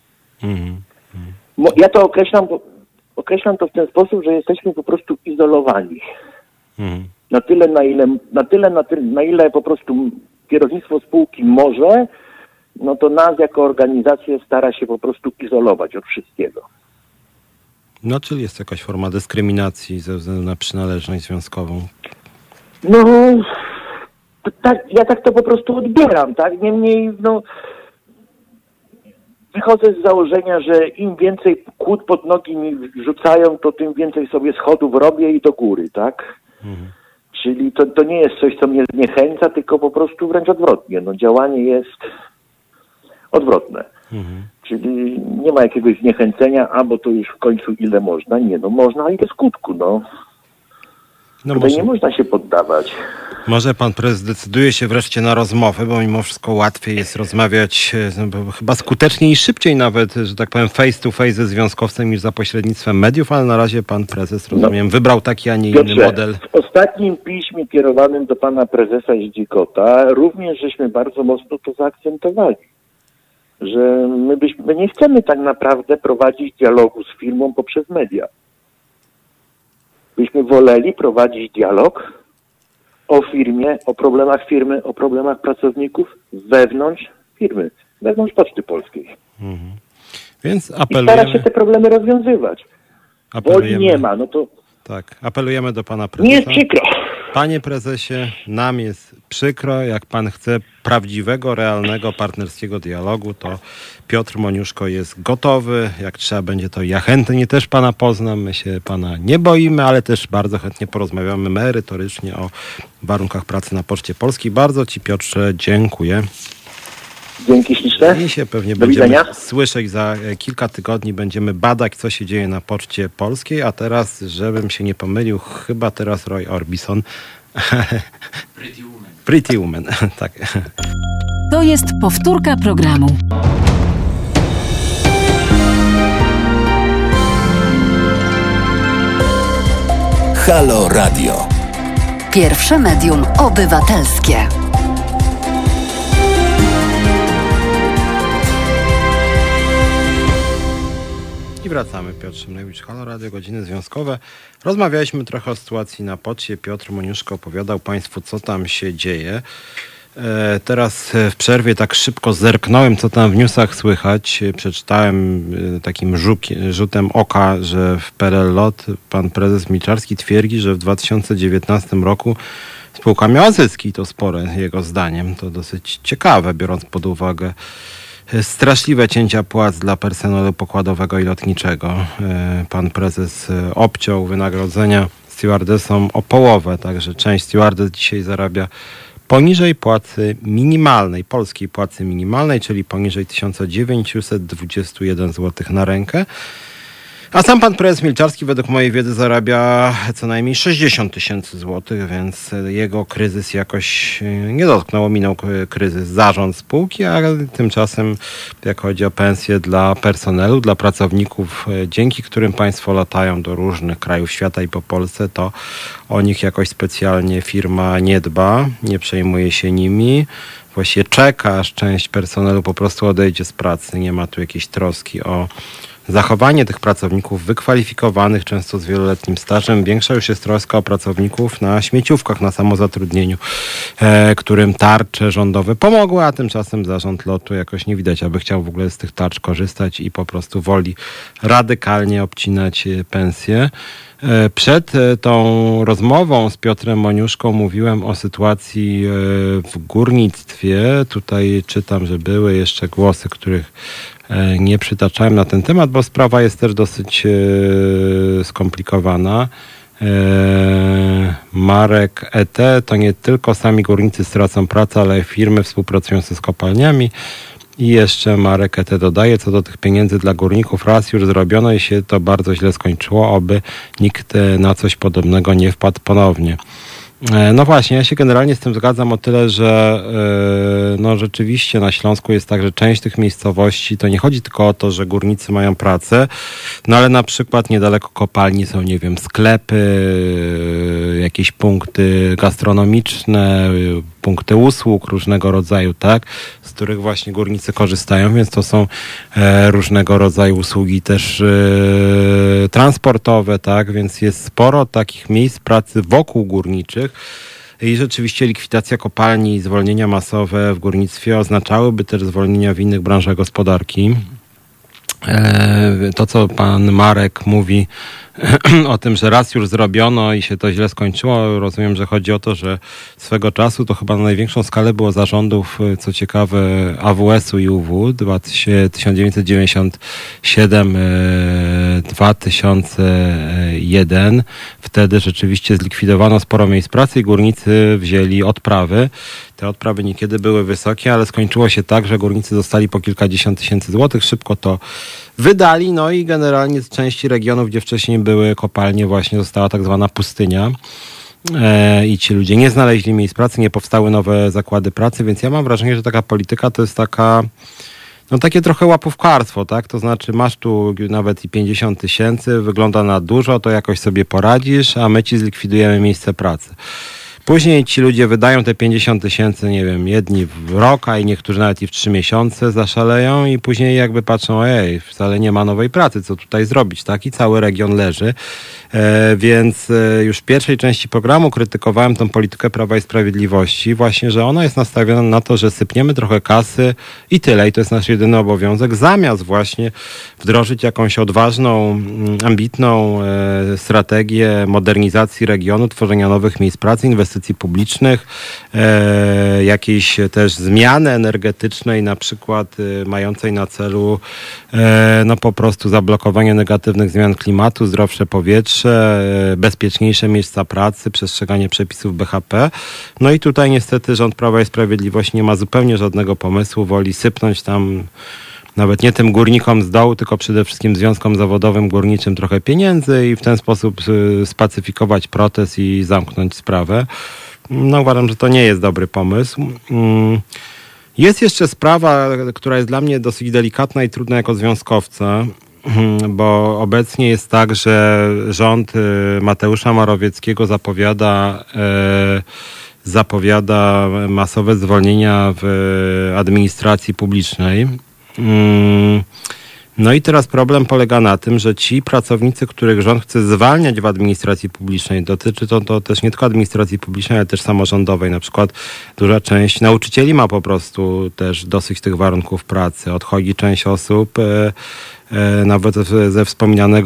D: Ja to określam to w ten sposób, że jesteśmy po prostu izolowani. Na ile po prostu kierownictwo spółki może, no to nas jako organizację stara się po prostu izolować od wszystkiego.
A: No, czyli jest jakaś forma dyskryminacji ze względu na przynależność związkową.
D: No, tak, ja tak to po prostu odbieram, tak? Niemniej, no, wychodzę z założenia, że im więcej kłód pod nogi mi rzucają, to tym więcej sobie schodów robię i do góry, tak? Czyli to nie jest coś, co mnie zniechęca, tylko po prostu wręcz odwrotnie. No, działanie jest odwrotne. Czyli nie ma jakiegoś zniechęcenia, bo to już w końcu ile można. Nie, no można, ale bez skutku, no. Tutaj nie można się poddawać.
A: Może pan prezes zdecyduje się wreszcie na rozmowę, bo mimo wszystko łatwiej jest rozmawiać, chyba skuteczniej i szybciej nawet, że tak powiem, face to face ze związkowcem niż za pośrednictwem mediów, ale na razie pan prezes, rozumiem, wybrał taki, a nie inny model.
D: W ostatnim piśmie kierowanym do pana prezesa Zdzikota również żeśmy bardzo mocno to zaakcentowali. że my nie chcemy tak naprawdę prowadzić dialogu z firmą poprzez media. Byśmy woleli prowadzić dialog o firmie, o problemach firmy, o problemach pracowników wewnątrz firmy, wewnątrz Poczty Polskiej.
A: Więc
D: I
A: apelujemy...
D: starać się te problemy rozwiązywać. Woli nie ma, no to
A: Tak, apelujemy do pana prezesa.
D: nie jest przykro.
A: Panie prezesie, nam jest przykro, jak pan chce prawdziwego, realnego, partnerskiego dialogu, to Piotr Moniuszko jest gotowy. Jak trzeba będzie, to ja chętnie też pana poznam. My się pana nie boimy, ale też bardzo chętnie porozmawiamy merytorycznie o warunkach pracy na Poczcie Polskiej. Bardzo ci, Piotrze, dziękuję.
D: Dzięki śliczne.
A: I się pewnie
D: Do
A: będziemy
D: widzenia.
A: słyszeć za kilka tygodni. Będziemy badać, co się dzieje na Poczcie Polskiej. A teraz, żebym się nie pomylił, chyba teraz Roy Orbison. Pretty Woman. Tak.
B: To jest powtórka programu.
C: Halo Radio.
E: Pierwsze medium obywatelskie.
A: I wracamy. Piotr Szymlewicz, Halo Radio, godziny związkowe. Rozmawialiśmy trochę o sytuacji na Poczcie. Piotr Moniuszko opowiadał państwu, co tam się dzieje. Teraz w przerwie tak szybko zerknąłem, co tam w newsach słychać. Przeczytałem takim rzutem oka, że w PRL LOT pan prezes Milczarski twierdzi, że w 2019 roku spółka miała zyski i to spore jego zdaniem. To dosyć ciekawe, biorąc pod uwagę straszliwe cięcia płac dla personelu pokładowego i lotniczego. Pan prezes obciął wynagrodzenia stewardesom o połowę, także część stewardes dzisiaj zarabia poniżej płacy minimalnej, polskiej płacy minimalnej, czyli poniżej 1921 zł na rękę. A sam pan prezes Milczarski według mojej wiedzy zarabia co najmniej 60 000 złotych, więc jego kryzys jakoś nie dotknął. Minął kryzys zarząd spółki, a tymczasem jak chodzi o pensje dla personelu, dla pracowników, dzięki którym państwo latają do różnych krajów świata i po Polsce, to o nich jakoś specjalnie firma nie dba, nie przejmuje się nimi. Właściwie czeka, aż część personelu po prostu odejdzie z pracy. Nie ma tu jakiejś troski o zachowanie tych pracowników wykwalifikowanych, często z wieloletnim stażem. Większa już jest troska o pracowników na śmieciówkach, na samozatrudnieniu, którym tarcze rządowe pomogły, a tymczasem zarząd lotu jakoś nie widać, aby chciał w ogóle z tych tarcz korzystać i po prostu woli radykalnie obcinać pensje. Przed tą rozmową z Piotrem Moniuszką mówiłem o sytuacji w górnictwie. Tutaj czytam, że były jeszcze głosy, których nie przytaczałem na ten temat, bo sprawa jest też dosyć skomplikowana. Marek ET to nie tylko sami górnicy stracą pracę, ale firmy współpracujące z kopalniami. I jeszcze Marek ET dodaje, co do tych pieniędzy dla górników, raz już zrobiono i się to bardzo źle skończyło, oby nikt na coś podobnego nie wpadł ponownie. No właśnie, ja się generalnie z tym zgadzam o tyle, że no rzeczywiście na Śląsku jest tak, że część tych miejscowości to nie chodzi tylko o to, że górnicy mają pracę, no ale na przykład niedaleko kopalni są, nie wiem, sklepy, jakieś punkty gastronomiczne, punkty usług różnego rodzaju, tak, z których właśnie górnicy korzystają, więc to są różnego rodzaju usługi też transportowe, tak, więc jest sporo takich miejsc pracy wokół górniczych i rzeczywiście likwidacja kopalni i zwolnienia masowe w górnictwie oznaczałyby też zwolnienia w innych branżach gospodarki. To, co pan Marek mówi o tym, że raz już zrobiono i się to źle skończyło, rozumiem, że chodzi o to, że swego czasu to chyba na największą skalę było zarządów, co ciekawe, AWS-u i UW 1997-2001. Wtedy rzeczywiście zlikwidowano sporo miejsc pracy i górnicy wzięli odprawy. Te odprawy niekiedy były wysokie, ale skończyło się tak, że górnicy dostali po kilkadziesiąt tysięcy złotych, szybko to wydali, no i generalnie z części regionów, gdzie wcześniej były kopalnie, właśnie została tak zwana pustynia i ci ludzie nie znaleźli miejsc pracy, nie powstały nowe zakłady pracy, więc ja mam wrażenie, że taka polityka to jest taka, no takie trochę łapówkarstwo, tak? To znaczy masz tu nawet i 50 000, wygląda na dużo, to jakoś sobie poradzisz, a my ci zlikwidujemy miejsce pracy. Później ci ludzie wydają te 50 000, nie wiem, jedni w rok, a i niektórzy nawet i w 3 miesiące zaszaleją i później jakby patrzą, wcale nie ma nowej pracy, co tutaj zrobić, tak? I cały region leży. Więc już w pierwszej części programu krytykowałem tą politykę Prawa i Sprawiedliwości, właśnie, że ona jest nastawiona na to, że sypniemy trochę kasy i tyle, i to jest nasz jedyny obowiązek, zamiast właśnie wdrożyć jakąś odważną, ambitną strategię modernizacji regionu, tworzenia nowych miejsc pracy, inwestycji publicznych, jakiejś też zmiany energetycznej, na przykład mającej na celu po prostu zablokowanie negatywnych zmian klimatu, zdrowsze powietrze, bezpieczniejsze miejsca pracy, przestrzeganie przepisów BHP. No i tutaj niestety rząd Prawa i Sprawiedliwości nie ma zupełnie żadnego pomysłu, woli sypnąć tam nawet nie tym górnikom z dołu, tylko przede wszystkim związkom zawodowym górniczym trochę pieniędzy i w ten sposób spacyfikować protest i zamknąć sprawę. No uważam, że to nie jest dobry pomysł. Jest jeszcze sprawa, która jest dla mnie dosyć delikatna i trudna jako związkowca, bo obecnie jest tak, że rząd Mateusza Morawieckiego zapowiada masowe zwolnienia w administracji publicznej. No i teraz problem polega na tym, że ci pracownicy, których rząd chce zwalniać w administracji publicznej, dotyczy to też nie tylko administracji publicznej, ale też samorządowej. Na przykład duża część nauczycieli ma po prostu też dosyć tych warunków pracy. Odchodzi część osób, nawet ze wspominanych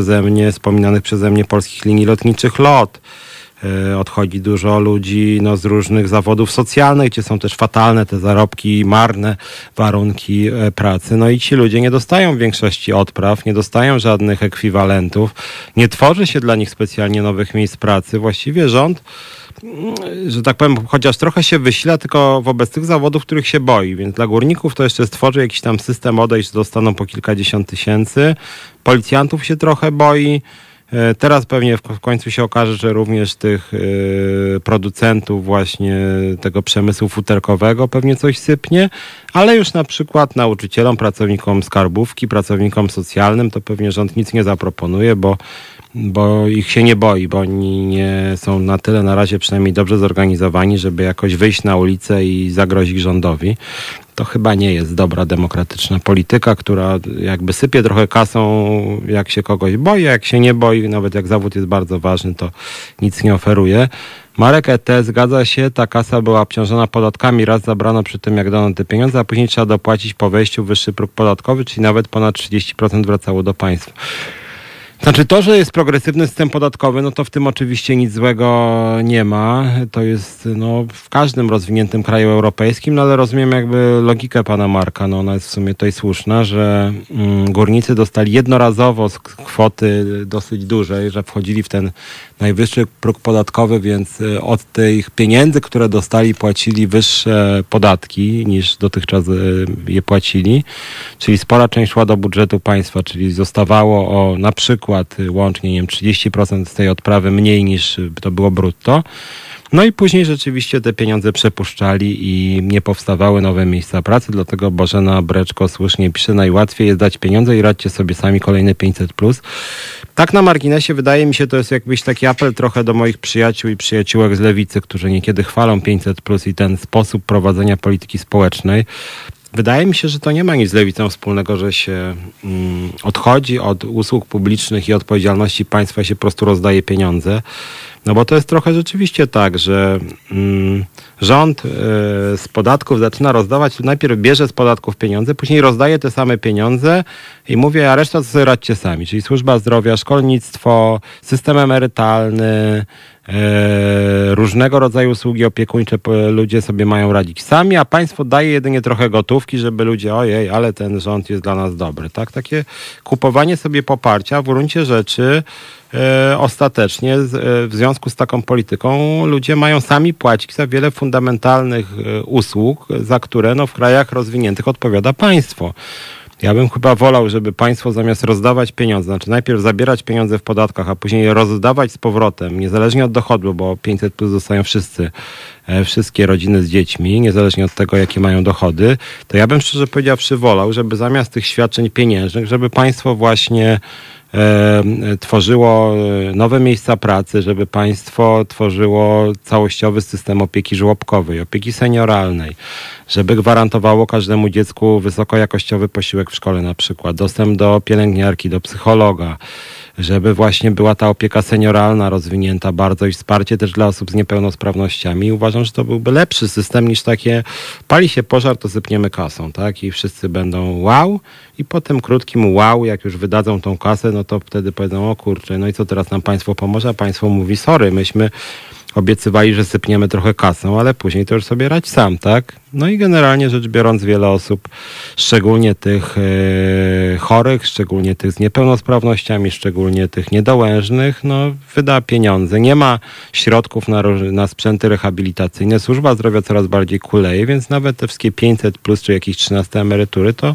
A: przeze mnie polskich linii lotniczych LOT. Odchodzi dużo ludzi z różnych zawodów socjalnych, gdzie są też fatalne te zarobki, marne warunki pracy. No i ci ludzie nie dostają w większości odpraw, nie dostają żadnych ekwiwalentów, nie tworzy się dla nich specjalnie nowych miejsc pracy. Właściwie rząd, że tak powiem, chociaż trochę się wysila, tylko wobec tych zawodów, których się boi. Więc dla górników to jeszcze stworzy jakiś tam system odejść, dostaną po kilkadziesiąt tysięcy. Policjantów się trochę boi. Teraz pewnie w końcu się okaże, że również tych producentów właśnie tego przemysłu futerkowego pewnie coś sypnie, ale już na przykład nauczycielom, pracownikom skarbówki, pracownikom socjalnym to pewnie rząd nic nie zaproponuje, bo ich się nie boi, bo oni nie są na tyle na razie przynajmniej dobrze zorganizowani, żeby jakoś wyjść na ulicę i zagrozić rządowi. To chyba nie jest dobra demokratyczna polityka, która jakby sypie trochę kasą, jak się kogoś boi, a jak się nie boi, nawet jak zawód jest bardzo ważny, to nic nie oferuje. Marek ET, zgadza się, ta kasa była obciążona podatkami, raz zabrano przy tym, jak dano te pieniądze, a później trzeba dopłacić po wejściu wyższy próg podatkowy, czyli nawet ponad 30% wracało do państwa. Znaczy to, że jest progresywny system podatkowy, no to w tym oczywiście nic złego nie ma. To jest w każdym rozwiniętym kraju europejskim, no ale rozumiem jakby logikę pana Marka, ona jest w sumie tutaj słuszna, że górnicy dostali jednorazowo z kwoty dosyć dużej, że wchodzili w ten najwyższy próg podatkowy, więc od tych pieniędzy, które dostali, płacili wyższe podatki niż dotychczas je płacili, czyli spora część szła do budżetu państwa, czyli zostawało o na przykład łącznie 30% z tej odprawy mniej niż to było brutto. No i później rzeczywiście te pieniądze przepuszczali i nie powstawały nowe miejsca pracy, dlatego Bożena Breczko słusznie pisze, najłatwiej jest dać pieniądze i radźcie sobie sami kolejne 500+. Tak na marginesie wydaje mi się, to jest jakbyś taki apel trochę do moich przyjaciół i przyjaciółek z lewicy, którzy niekiedy chwalą 500+ i ten sposób prowadzenia polityki społecznej. Wydaje mi się, że to nie ma nic z lewicą wspólnego, że się odchodzi od usług publicznych i odpowiedzialności państwa, się po prostu rozdaje pieniądze. No bo to jest trochę rzeczywiście tak, że rząd z podatków zaczyna rozdawać, najpierw bierze z podatków pieniądze, później rozdaje te same pieniądze i mówi, a reszta to sobie radźcie sami. Czyli służba zdrowia, szkolnictwo, system emerytalny, różnego rodzaju usługi opiekuńcze ludzie sobie mają radzić sami, a państwo daje jedynie trochę gotówki, żeby ludzie, ojej, ale ten rząd jest dla nas dobry. Tak? Takie kupowanie sobie poparcia w gruncie rzeczy ostatecznie w związku z taką polityką ludzie mają sami płacić za wiele fundamentalnych usług, za które w krajach rozwiniętych odpowiada państwo. Ja bym chyba wolał, żeby państwo zamiast rozdawać pieniądze, znaczy najpierw zabierać pieniądze w podatkach, a później je rozdawać z powrotem, niezależnie od dochodu, bo 500+ dostają wszystkie rodziny z dziećmi, niezależnie od tego, jakie mają dochody, to ja bym szczerze powiedziawszy wolał, żeby zamiast tych świadczeń pieniężnych, żeby państwo właśnie tworzyło nowe miejsca pracy, żeby państwo tworzyło całościowy system opieki żłobkowej, opieki senioralnej, żeby gwarantowało każdemu dziecku wysokojakościowy posiłek w szkole na przykład, dostęp do pielęgniarki, do psychologa, żeby właśnie była ta opieka senioralna rozwinięta bardzo i wsparcie też dla osób z niepełnosprawnościami. I uważam, że to byłby lepszy system niż takie pali się pożar, to sypniemy kasą, tak? I wszyscy będą wow i po tym krótkim wow, jak już wydadzą tą kasę, no to wtedy powiedzą, o kurczę, no i co teraz nam państwo pomoże? A państwo mówi, sorry, myśmy obiecywali, że sypniemy trochę kasą, ale później to już sobie radź sam, tak? No i generalnie rzecz biorąc wiele osób, szczególnie tych chorych, szczególnie tych z niepełnosprawnościami, szczególnie tych niedołężnych, no wyda pieniądze. Nie ma środków na sprzęty rehabilitacyjne. Służba zdrowia coraz bardziej kuleje, więc nawet te wszystkie 500 plus czy jakieś 13 emerytury to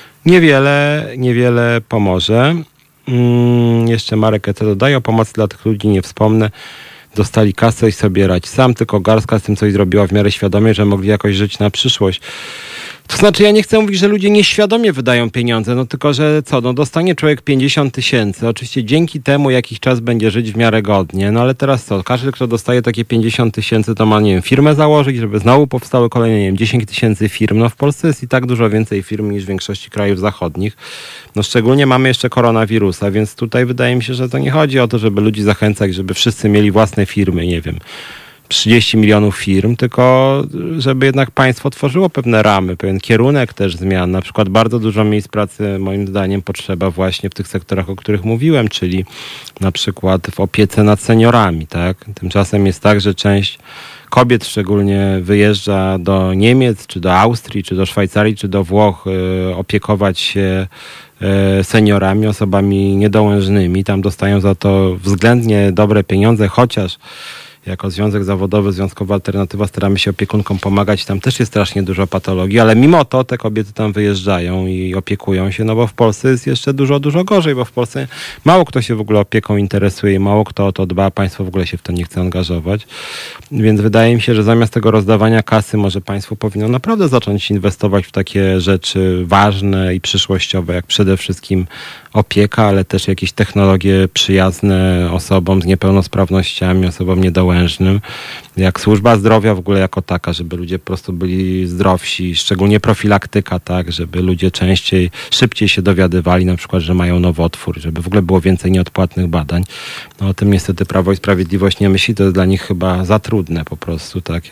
A: niewiele pomoże. Jeszcze Marek Ece dodaje, o pomocy dla tych ludzi nie wspomnę. Dostali kasę i sobie radź sam, tylko garstka z tym coś zrobiła w miarę świadomie, że mogli jakoś żyć na przyszłość. To znaczy, ja nie chcę mówić, że ludzie nieświadomie wydają pieniądze, no tylko, że co, no dostanie człowiek 50 000, oczywiście dzięki temu jakiś czas będzie żyć w miarę godnie, no ale teraz co, każdy, kto dostaje takie 50 000, to ma, nie wiem, firmę założyć, żeby znowu powstały kolejne, nie wiem, 10 000 firm, no w Polsce jest i tak dużo więcej firm niż w większości krajów zachodnich, no szczególnie mamy jeszcze koronawirusa, więc tutaj wydaje mi się, że to nie chodzi o to, żeby ludzi zachęcać, żeby wszyscy mieli własne firmy, nie wiem, 30 milionów firm, tylko żeby jednak państwo tworzyło pewne ramy, pewien kierunek też zmian. Na przykład bardzo dużo miejsc pracy moim zdaniem potrzeba właśnie w tych sektorach, o których mówiłem, czyli na przykład w opiece nad seniorami, tak? Tymczasem jest tak, że część kobiet szczególnie wyjeżdża do Niemiec, czy do Austrii, czy do Szwajcarii, czy do Włoch opiekować się seniorami, osobami niedołężnymi. Tam dostają za to względnie dobre pieniądze, chociaż jako Związek Zawodowy, Związkowa Alternatywa staramy się opiekunkom pomagać. Tam też jest strasznie dużo patologii, ale mimo to te kobiety tam wyjeżdżają i opiekują się, no bo w Polsce jest jeszcze dużo gorzej, bo w Polsce mało kto się w ogóle opieką interesuje i mało kto o to dba, państwo w ogóle się w to nie chce angażować. Więc wydaje mi się, że zamiast tego rozdawania kasy może państwo powinno naprawdę zacząć inwestować w takie rzeczy ważne i przyszłościowe, jak przede wszystkim opieka, ale też jakieś technologie przyjazne osobom z niepełnosprawnościami, osobom niedołężnym, jak służba zdrowia w ogóle jako taka, żeby ludzie po prostu byli zdrowsi, szczególnie profilaktyka, tak, żeby ludzie szybciej się dowiadywali na przykład, że mają nowotwór, żeby w ogóle było więcej nieodpłatnych badań. No o tym niestety Prawo i Sprawiedliwość nie myśli, to jest dla nich chyba za trudne po prostu, tak,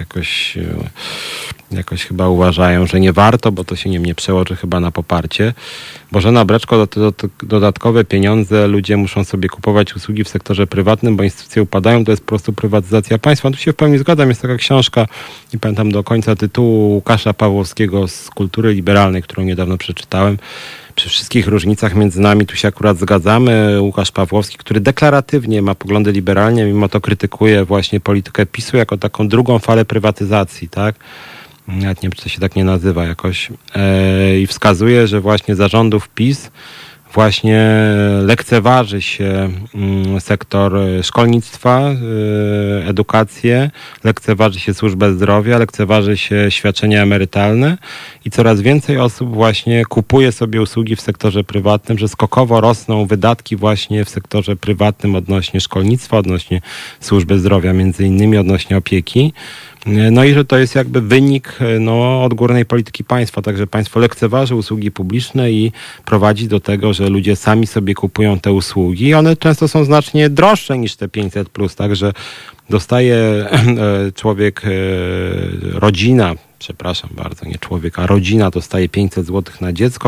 A: jakoś chyba uważają, że nie warto, bo to się nie przełoży chyba na poparcie. Bożena Breczko, dodatkowe pieniądze, ludzie muszą sobie kupować usługi w sektorze prywatnym, bo instytucje upadają, to jest po prostu prywatyzacja państwa. Tu się w pełni zgadzam, jest taka książka, nie pamiętam do końca tytułu, Łukasza Pawłowskiego z Kultury Liberalnej, którą niedawno przeczytałem. Przy wszystkich różnicach między nami tu się akurat zgadzamy. Łukasz Pawłowski, który deklaratywnie ma poglądy liberalne, mimo to krytykuje właśnie politykę PiS-u jako taką drugą falę prywatyzacji, tak? Nawet nie wiem, czy to się tak nie nazywa jakoś. I wskazuje, że właśnie za rządów PiS właśnie lekceważy się sektor szkolnictwa, edukację, lekceważy się służbę zdrowia, lekceważy się świadczenia emerytalne i coraz więcej osób właśnie kupuje sobie usługi w sektorze prywatnym, że skokowo rosną wydatki właśnie w sektorze prywatnym odnośnie szkolnictwa, odnośnie służby zdrowia, między innymi odnośnie opieki. No i że to jest jakby wynik odgórnej polityki państwa, także państwo lekceważy usługi publiczne i prowadzi do tego, że ludzie sami sobie kupują te usługi i one często są znacznie droższe niż te 500+, także dostaje człowiek, rodzina, przepraszam bardzo, nie człowiek, a rodzina dostaje 500 zł na dziecko,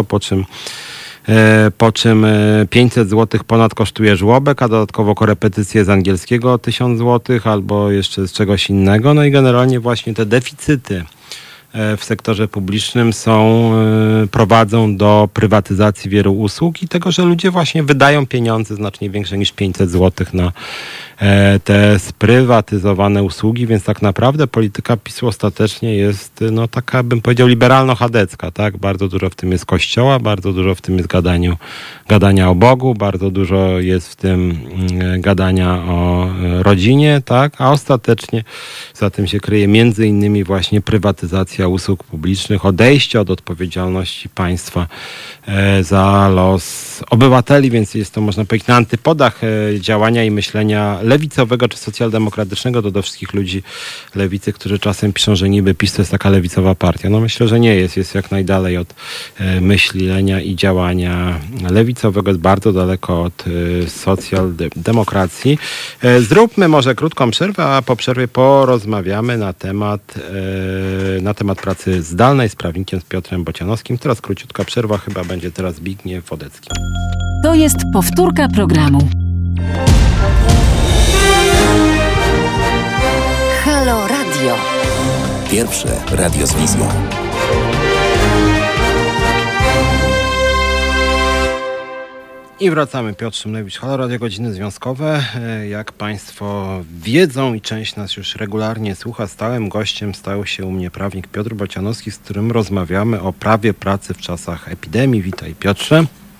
A: po czym 500 zł ponad kosztuje żłobek, a dodatkowo korepetycje z angielskiego 1000 zł albo jeszcze z czegoś innego. No i generalnie właśnie te deficyty w sektorze publicznym prowadzą do prywatyzacji wielu usług i tego, że ludzie właśnie wydają pieniądze znacznie większe niż 500 zł na te sprywatyzowane usługi, więc tak naprawdę polityka PiS-u ostatecznie jest taka, bym powiedział, liberalno-chadecka, tak? Bardzo dużo w tym jest Kościoła, bardzo dużo w tym jest gadania o Bogu, bardzo dużo jest w tym gadania o rodzinie, tak? A ostatecznie za tym się kryje między innymi właśnie prywatyzacja Komisja Usług Publicznych, odejście od odpowiedzialności państwa za los obywateli, więc jest to, można powiedzieć, na antypodach działania i myślenia lewicowego czy socjaldemokratycznego. To do wszystkich ludzi lewicy, którzy czasem piszą, że niby PiS to jest taka lewicowa partia. No myślę, że nie jest. Jest jak najdalej od myślenia i działania lewicowego, jest bardzo daleko od socjaldemokracji. Zróbmy może krótką przerwę, a po przerwie porozmawiamy na temat pracy zdalnej z prawnikiem, z Piotrem Bocianowskim. Teraz króciutka przerwa, chyba będzie teraz Zbigniew Wodecki.
B: To jest powtórka programu.
E: Halo Radio.
C: Pierwsze radio z wizją.
A: I wracamy. Piotr Szymlewicz, Halo Radio, godziny związkowe. Jak Państwo wiedzą i część nas już regularnie słucha, stałym gościem stał się u mnie prawnik Piotr Bocianowski, z którym rozmawiamy o prawie pracy w czasach epidemii. Witaj, Piotrze.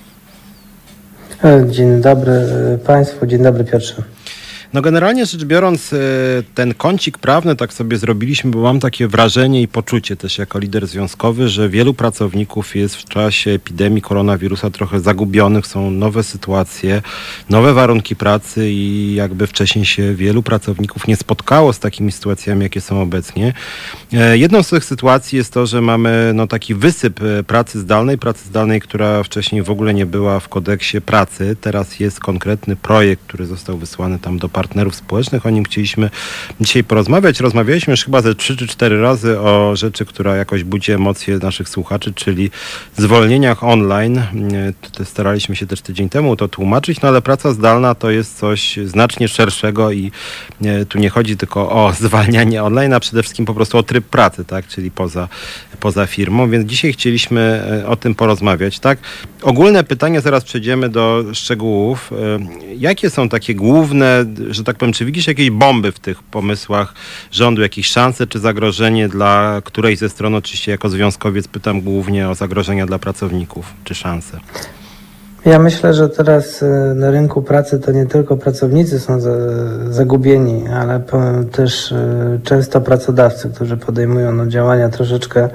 F: Dzień dobry Państwu, dzień dobry Piotrze.
A: No generalnie rzecz biorąc, ten kącik prawny tak sobie zrobiliśmy, bo mam takie wrażenie i poczucie też jako lider związkowy, że wielu pracowników jest w czasie epidemii koronawirusa trochę zagubionych, są nowe sytuacje, nowe warunki pracy i jakby wcześniej się wielu pracowników nie spotkało z takimi sytuacjami, jakie są obecnie. Jedną z tych sytuacji jest to, że mamy taki wysyp pracy zdalnej, która wcześniej w ogóle nie była w kodeksie pracy. Teraz jest konkretny projekt, który został wysłany tam do partnerów społecznych. O nim chcieliśmy dzisiaj porozmawiać. Rozmawialiśmy już chyba ze 3 czy 4 razy o rzeczy, która jakoś budzi emocje naszych słuchaczy, czyli zwolnieniach online. Staraliśmy się też tydzień temu to tłumaczyć, ale praca zdalna to jest coś znacznie szerszego i tu nie chodzi tylko o zwalnianie online, a przede wszystkim po prostu o tryb pracy, tak, czyli poza firmą, więc dzisiaj chcieliśmy o tym porozmawiać, tak. Ogólne pytanie, zaraz przejdziemy do szczegółów. Jakie są takie główne, że tak powiem, czy widzisz jakieś bomby w tych pomysłach rządu, jakieś szanse czy zagrożenie dla którejś ze stron? Oczywiście jako związkowiec pytam głównie o zagrożenia dla pracowników, czy szanse.
F: Ja myślę, że teraz na rynku pracy to nie tylko pracownicy są zagubieni, ale też często pracodawcy, którzy podejmują działania troszeczkę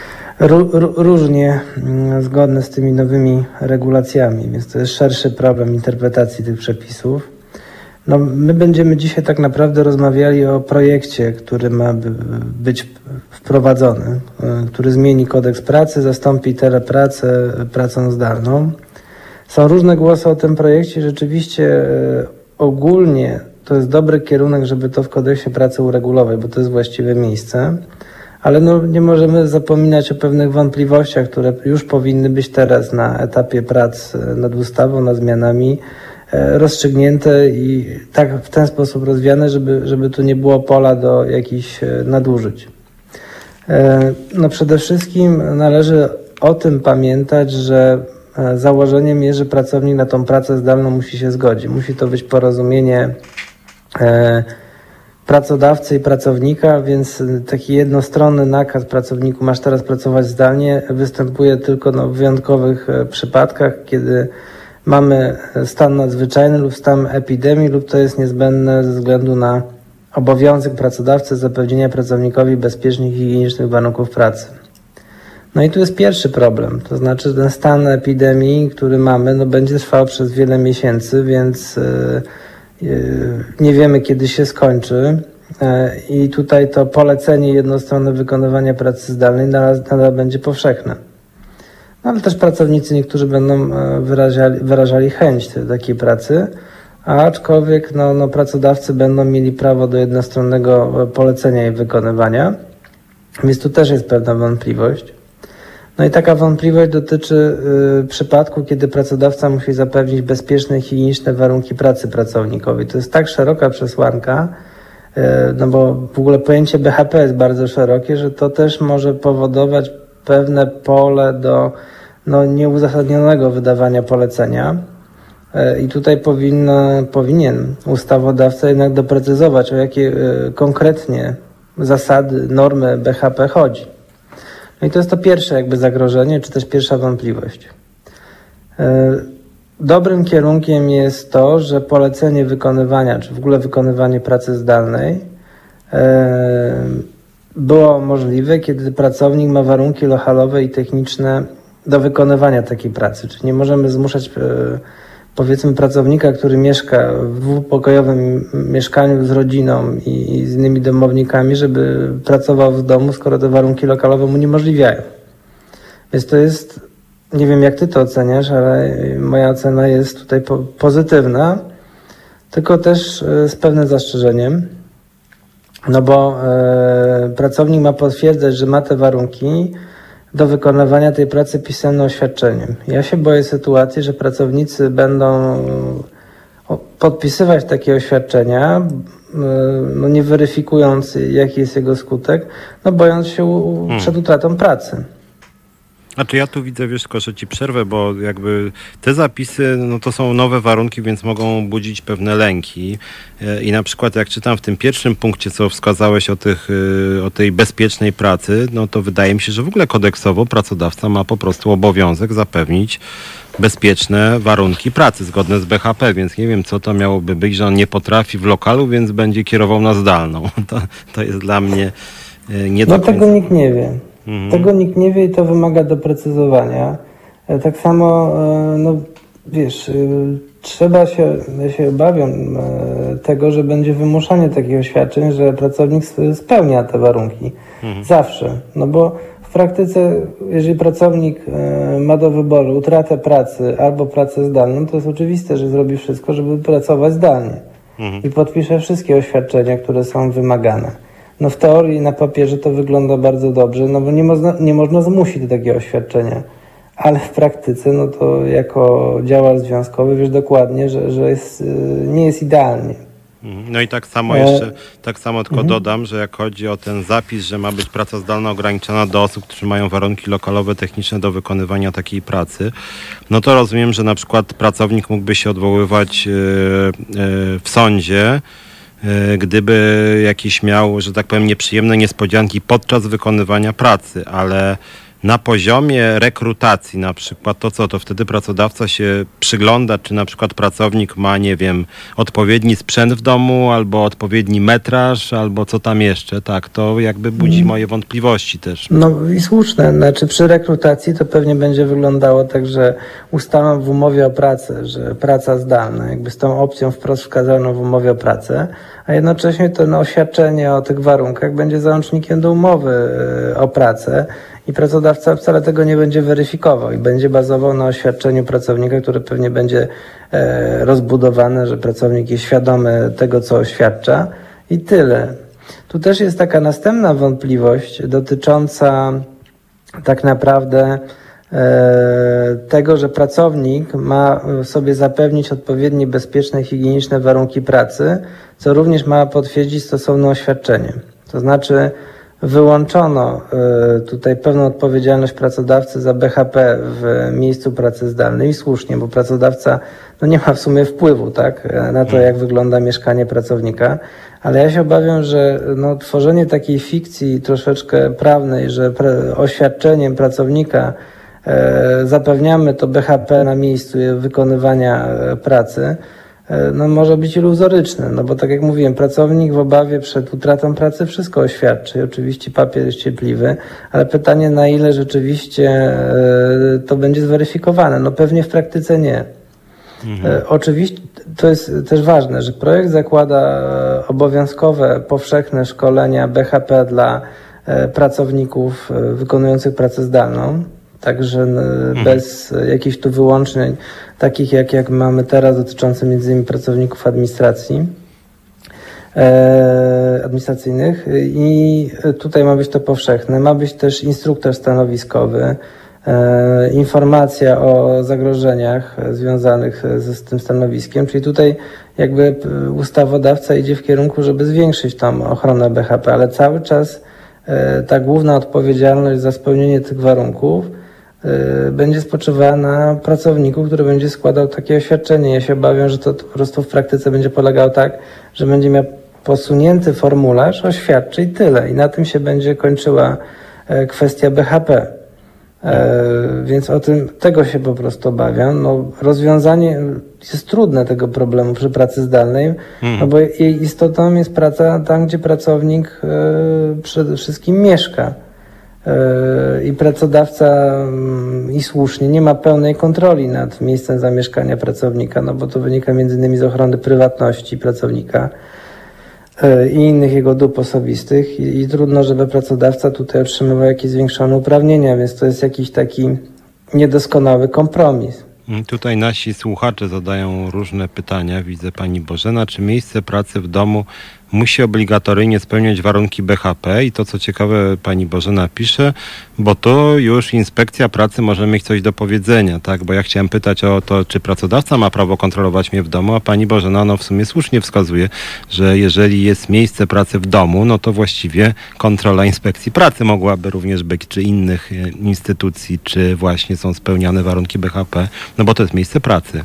F: różnie zgodne z tymi nowymi regulacjami, więc to jest szerszy problem interpretacji tych przepisów. My będziemy dzisiaj tak naprawdę rozmawiali o projekcie, który ma być wprowadzony, który zmieni kodeks pracy, zastąpi telepracę pracą zdalną. Są różne głosy o tym projekcie. Rzeczywiście ogólnie to jest dobry kierunek, żeby to w kodeksie pracy uregulować, bo to jest właściwe miejsce. Ale nie możemy zapominać o pewnych wątpliwościach, które już powinny być teraz na etapie prac nad ustawą, nad zmianami rozstrzygnięte i tak w ten sposób rozwiane, żeby tu nie było pola do jakichś nadużyć. Przede wszystkim należy o tym pamiętać, że założeniem jest, że pracownik na tą pracę zdalną musi się zgodzić. Musi to być porozumienie pracodawcy i pracownika, więc taki jednostronny nakaz pracowniku, masz teraz pracować zdalnie, występuje tylko w wyjątkowych przypadkach, kiedy mamy stan nadzwyczajny lub stan epidemii, lub to jest niezbędne ze względu na obowiązek pracodawcy zapewnienia pracownikowi bezpiecznych i higienicznych warunków pracy. I tu jest pierwszy problem, to znaczy ten stan epidemii, który mamy, będzie trwał przez wiele miesięcy, więc nie wiemy, kiedy się skończy i tutaj to polecenie jednostronne wykonywania pracy zdalnej nadal będzie powszechne. Ale też pracownicy niektórzy będą wyrażali chęć takiej pracy, aczkolwiek pracodawcy będą mieli prawo do jednostronnego polecenia jej wykonywania, więc tu też jest pewna wątpliwość. I taka wątpliwość dotyczy przypadku, kiedy pracodawca musi zapewnić bezpieczne i higieniczne warunki pracy pracownikowi. To jest tak szeroka przesłanka, bo w ogóle pojęcie BHP jest bardzo szerokie, że to też może powodować pewne pole do nieuzasadnionego wydawania polecenia. I tutaj powinien ustawodawca jednak doprecyzować, o jakie konkretnie zasady, normy BHP chodzi. I to jest to pierwsze zagrożenie, czy też pierwsza wątpliwość. Dobrym kierunkiem jest to, że polecenie wykonywania, czy w ogóle wykonywanie pracy zdalnej było możliwe, kiedy pracownik ma warunki lokalowe i techniczne do wykonywania takiej pracy. Czyli nie możemy zmuszać powiedzmy pracownika, który mieszka w dwupokojowym mieszkaniu z rodziną i z innymi domownikami, żeby pracował w domu, skoro te warunki lokalowe mu niemożliwiają. Więc to jest, nie wiem jak ty to oceniasz, ale moja ocena jest tutaj pozytywna, tylko też z pewnym zastrzeżeniem, no bo pracownik ma potwierdzać, że ma te warunki do wykonywania tej pracy pisemnym oświadczeniem. Ja się boję sytuacji, że pracownicy będą podpisywać takie oświadczenia, no nie weryfikując jaki jest jego skutek, no bojąc się przed utratą pracy.
A: Znaczy ja tu widzę, wiesz, tylko, że ci przerwę, bo jakby te zapisy, no to są nowe warunki, więc mogą budzić pewne lęki. I na przykład jak czytam w tym pierwszym punkcie, co wskazałeś o tej bezpiecznej pracy, no to wydaje mi się, że w ogóle kodeksowo pracodawca ma po prostu obowiązek zapewnić bezpieczne warunki pracy zgodne z BHP, więc nie wiem, co to miałoby być, że on nie potrafi w lokalu, więc będzie kierował na zdalną. To jest dla mnie nie do końca.
F: Tego nikt nie wie. Tego nikt nie wie i to wymaga doprecyzowania. Tak samo, no wiesz, ja się obawiam tego, że będzie wymuszanie takich oświadczeń, że pracownik spełnia te warunki. Zawsze. No bo w praktyce, jeżeli pracownik ma do wyboru utratę pracy albo pracę zdalną, to jest oczywiste, że zrobi wszystko, żeby pracować zdalnie. I podpisze wszystkie oświadczenia, które są wymagane. No w teorii na papierze to wygląda bardzo dobrze, no bo nie można zmusić do takiego oświadczenia. Ale w praktyce, no to jako działacz związkowy wiesz dokładnie, że nie jest idealnie.
A: No i tak samo tylko dodam, że jak chodzi o ten zapis, że ma być praca zdalna ograniczona do osób, którzy mają warunki lokalowe, techniczne do wykonywania takiej pracy, no to rozumiem, że na przykład pracownik mógłby się odwoływać w sądzie, gdyby jakiś miał, że tak powiem, nieprzyjemne niespodzianki podczas wykonywania pracy, ale na poziomie rekrutacji na przykład to wtedy pracodawca się przygląda, czy na przykład pracownik ma, nie wiem, odpowiedni sprzęt w domu, albo odpowiedni metraż, albo co tam jeszcze, tak, to jakby budzi moje wątpliwości też.
F: No i słuszne, znaczy przy rekrutacji to pewnie będzie wyglądało tak, że ustalam w umowie o pracę, że praca zdalna, jakby z tą opcją wprost wskazaną w umowie o pracę, a jednocześnie to oświadczenie o tych warunkach będzie załącznikiem do umowy o pracę i pracodawca wcale tego nie będzie weryfikował i będzie bazował na oświadczeniu pracownika, które pewnie będzie rozbudowane, że pracownik jest świadomy tego, co oświadcza i tyle. Tu też jest taka następna wątpliwość dotycząca tak naprawdę tego, że pracownik ma sobie zapewnić odpowiednie bezpieczne, higieniczne warunki pracy, co również ma potwierdzić stosowne oświadczenie. To znaczy wyłączono tutaj pewną odpowiedzialność pracodawcy za BHP w miejscu pracy zdalnej i słusznie, bo pracodawca nie ma w sumie wpływu na to, jak wygląda mieszkanie pracownika, ale ja się obawiam, że tworzenie takiej fikcji troszeczkę prawnej, że oświadczeniem pracownika zapewniamy to BHP na miejscu wykonywania pracy, może być iluzoryczne, bo tak jak mówiłem, pracownik w obawie przed utratą pracy wszystko oświadczy. Oczywiście papier jest cierpliwy, ale pytanie, na ile rzeczywiście to będzie zweryfikowane. Pewnie w praktyce nie. Oczywiście to jest też ważne, że projekt zakłada obowiązkowe, powszechne szkolenia BHP dla pracowników wykonujących pracę zdalną. Także bez jakichś tu wyłączeń, takich jak mamy teraz, dotyczące między innymi pracowników administracyjnych i tutaj ma być to powszechne. Ma być też instruktor stanowiskowy, informacja o zagrożeniach związanych z tym stanowiskiem, czyli tutaj jakby ustawodawca idzie w kierunku, żeby zwiększyć tą ochronę BHP, ale cały czas ta główna odpowiedzialność za spełnienie tych warunków będzie spoczywała na pracowniku, który będzie składał takie oświadczenie. Ja się obawiam, że to po prostu w praktyce będzie polegało tak, że będzie miał posunięty formularz, oświadczy i tyle. I na tym się będzie kończyła kwestia BHP. Więc tego się po prostu obawiam. No, rozwiązanie jest trudne tego problemu przy pracy zdalnej, no bo jej istotą jest praca tam, gdzie pracownik przede wszystkim mieszka. I pracodawca i słusznie nie ma pełnej kontroli nad miejscem zamieszkania pracownika, no bo to wynika między innymi z ochrony prywatności pracownika i innych jego dóbr osobistych i trudno, żeby pracodawca tutaj otrzymywał jakieś zwiększone uprawnienia, więc to jest jakiś taki niedoskonały kompromis.
A: Tutaj nasi słuchacze zadają różne pytania. Widzę pani Bożena, czy miejsce pracy w domu musi obligatoryjnie spełniać warunki BHP? I to, co ciekawe, pani Bożena pisze, bo to już inspekcja pracy może mieć coś do powiedzenia, tak? Bo ja chciałem pytać o to, czy pracodawca ma prawo kontrolować mnie w domu, a pani Bożena w sumie słusznie wskazuje, że jeżeli jest miejsce pracy w domu, no to właściwie kontrola inspekcji pracy mogłaby również być, czy innych instytucji, czy właśnie są spełniane warunki BHP, no bo to jest miejsce pracy.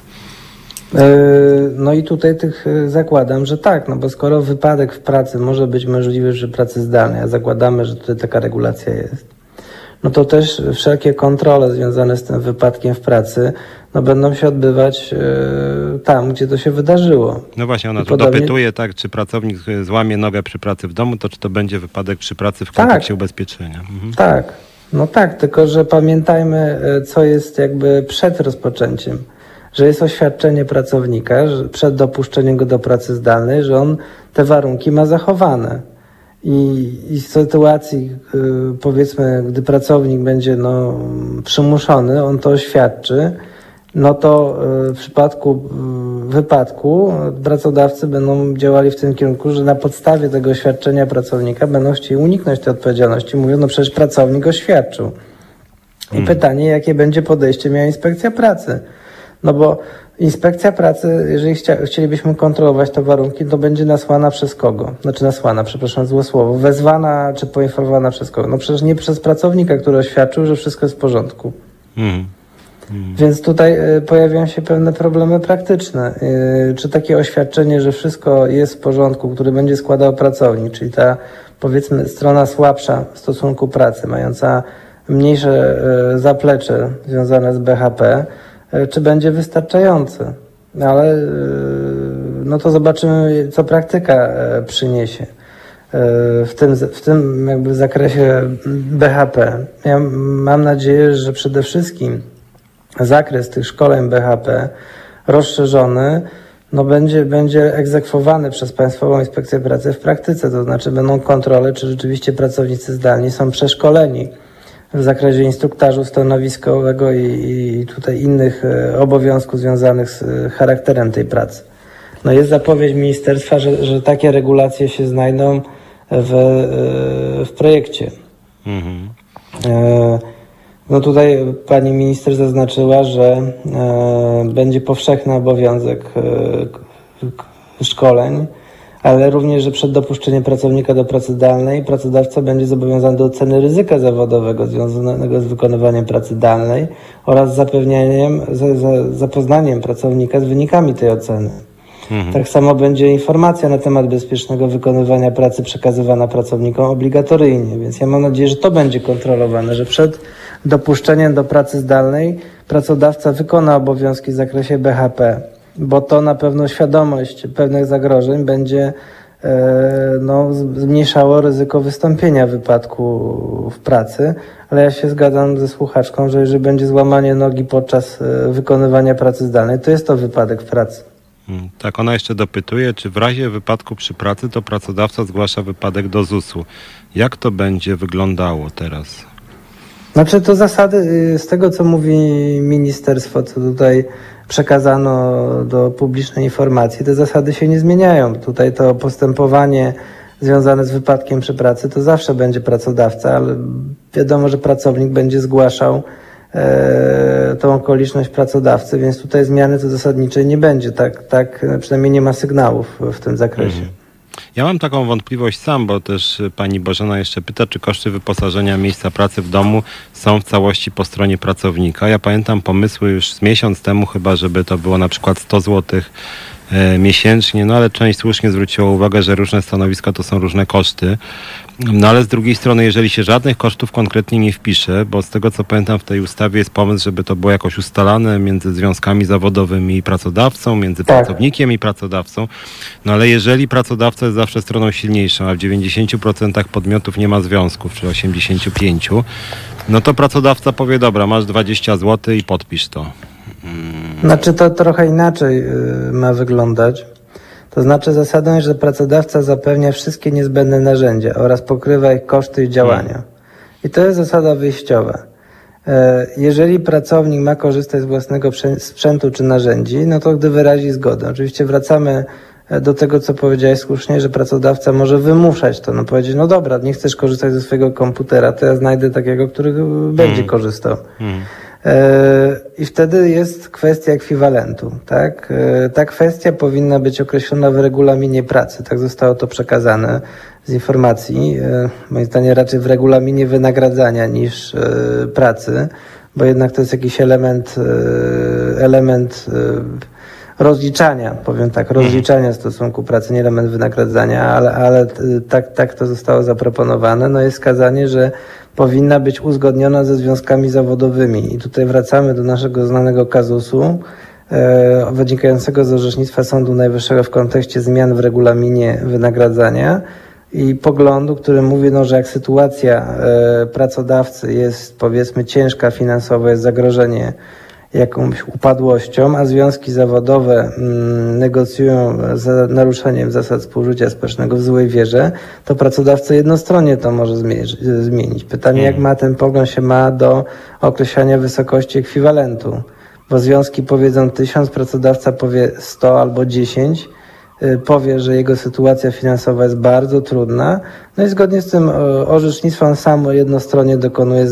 F: No i tutaj zakładam, że tak, no bo skoro wypadek w pracy może być możliwy przy pracy zdalnej, a zakładamy, że tutaj taka regulacja jest, no to też wszelkie kontrole związane z tym wypadkiem w pracy, no będą się odbywać tam, gdzie to się wydarzyło.
A: No właśnie, ona tu dopytuje, tak, czy pracownik złamie nogę przy pracy w domu, to czy to będzie wypadek przy pracy w kontekście ubezpieczenia?
F: Tak, no tak, tylko że pamiętajmy, co jest jakby przed rozpoczęciem. Że jest oświadczenie pracownika, że przed dopuszczeniem go do pracy zdalnej, że on te warunki ma zachowane. I w sytuacji, powiedzmy, gdy pracownik będzie przymuszony, on to oświadczy, no to w przypadku wypadku pracodawcy będą działali w tym kierunku, że na podstawie tego oświadczenia pracownika będą chcieli uniknąć tej odpowiedzialności. Mówią, no przecież pracownik oświadczył. I pytanie, jakie będzie podejście miała inspekcja pracy. No bo inspekcja pracy, jeżeli chcielibyśmy kontrolować te warunki, to będzie nasłana przez kogo? Złe słowo. Wezwana czy poinformowana przez kogo? No przecież nie przez pracownika, który oświadczył, że wszystko jest w porządku. Więc tutaj pojawiają się pewne problemy praktyczne. Czy takie oświadczenie, że wszystko jest w porządku, który będzie składał pracownik, czyli ta, powiedzmy, strona słabsza w stosunku pracy, mająca mniejsze zaplecze związane z BHP, czy będzie wystarczające. Ale no to zobaczymy, co praktyka przyniesie w tym jakby zakresie BHP. Ja mam nadzieję, że przede wszystkim zakres tych szkoleń BHP rozszerzony będzie egzekwowany przez Państwową Inspekcję Pracy w praktyce, to znaczy będą kontrole, czy rzeczywiście pracownicy zdalni są przeszkoleni w zakresie instruktażu stanowiskowego i tutaj innych obowiązków związanych z charakterem tej pracy. No jest zapowiedź ministerstwa, że takie regulacje się znajdą w projekcie. No tutaj pani minister zaznaczyła, że będzie powszechny obowiązek szkoleń, ale również, że przed dopuszczeniem pracownika do pracy zdalnej pracodawca będzie zobowiązany do oceny ryzyka zawodowego związanego z wykonywaniem pracy zdalnej oraz zapoznaniem pracownika z wynikami tej oceny. Tak samo będzie informacja na temat bezpiecznego wykonywania pracy przekazywana pracownikom obligatoryjnie, więc ja mam nadzieję, że to będzie kontrolowane, że przed dopuszczeniem do pracy zdalnej pracodawca wykona obowiązki w zakresie BHP, bo to na pewno świadomość pewnych zagrożeń będzie zmniejszało ryzyko wystąpienia wypadku w pracy, ale ja się zgadzam ze słuchaczką, że jeżeli będzie złamanie nogi podczas wykonywania pracy zdalnej, to jest to wypadek w pracy.
A: Tak, ona jeszcze dopytuje, czy w razie wypadku przy pracy to pracodawca zgłasza wypadek do ZUS-u. Jak to będzie wyglądało teraz?
F: Znaczy to zasady, z tego co mówi ministerstwo, co tutaj przekazano do publicznej informacji, te zasady się nie zmieniają. Tutaj to postępowanie związane z wypadkiem przy pracy to zawsze będzie pracodawca, ale wiadomo, że pracownik będzie zgłaszał tą okoliczność pracodawcy, więc tutaj zmiany co zasadniczej nie będzie. Tak przynajmniej nie ma sygnałów w tym zakresie.
A: Ja mam taką wątpliwość sam, bo też pani Bożena jeszcze pyta, czy koszty wyposażenia miejsca pracy w domu są w całości po stronie pracownika. Ja pamiętam pomysły już z miesiąc temu chyba, żeby to było na przykład 100 zł miesięcznie, no ale część słusznie zwróciła uwagę, że różne stanowiska to są różne koszty. No ale z drugiej strony, jeżeli się żadnych kosztów konkretnie nie wpisze, bo z tego co pamiętam w tej ustawie jest pomysł, żeby to było jakoś ustalane między związkami zawodowymi i pracodawcą, między pracownikiem i pracodawcą, no ale jeżeli pracodawca jest zawsze stroną silniejszą, a w 90% podmiotów nie ma związków, czy 85%, no to pracodawca powie, dobra, masz 20 zł i podpisz to.
F: Znaczy to trochę inaczej ma wyglądać. To znaczy zasadą jest, że pracodawca zapewnia wszystkie niezbędne narzędzia oraz pokrywa ich koszty i działania. I to jest zasada wyjściowa. Jeżeli pracownik ma korzystać z własnego sprzętu czy narzędzi, no to gdy wyrazi zgodę. Oczywiście wracamy do tego, co powiedziałeś słusznie, że pracodawca może wymuszać to. No powiedzieć, no dobra, nie chcesz korzystać ze swojego komputera, to ja znajdę takiego, który będzie korzystał. I wtedy jest kwestia ekwiwalentu, tak? Ta kwestia powinna być określona w regulaminie pracy, tak zostało to przekazane z informacji, moim zdaniem raczej w regulaminie wynagradzania niż pracy, bo jednak to jest jakiś element rozliczania, powiem tak, rozliczania stosunku pracy, nie element wynagradzania, ale tak to zostało zaproponowane. No jest wskazanie, że powinna być uzgodniona ze związkami zawodowymi. I tutaj wracamy do naszego znanego kazusu wynikającego z orzecznictwa Sądu Najwyższego w kontekście zmian w regulaminie wynagradzania i poglądu, który mówi, no, że jak sytuacja pracodawcy jest, powiedzmy, ciężka finansowo, jest zagrożenie jakąś upadłością, a związki zawodowe negocjują za naruszeniem zasad współżycia społecznego w złej wierze, to pracodawca jednostronnie to może zmienić. Pytanie, jak ma ten pogląd się ma do określania wysokości ekwiwalentu, bo związki powiedzą 1000, pracodawca powie 100 albo 10, powie, że jego sytuacja finansowa jest bardzo trudna, no i zgodnie z tym orzecznictwo on sam jednostronnie dokonuje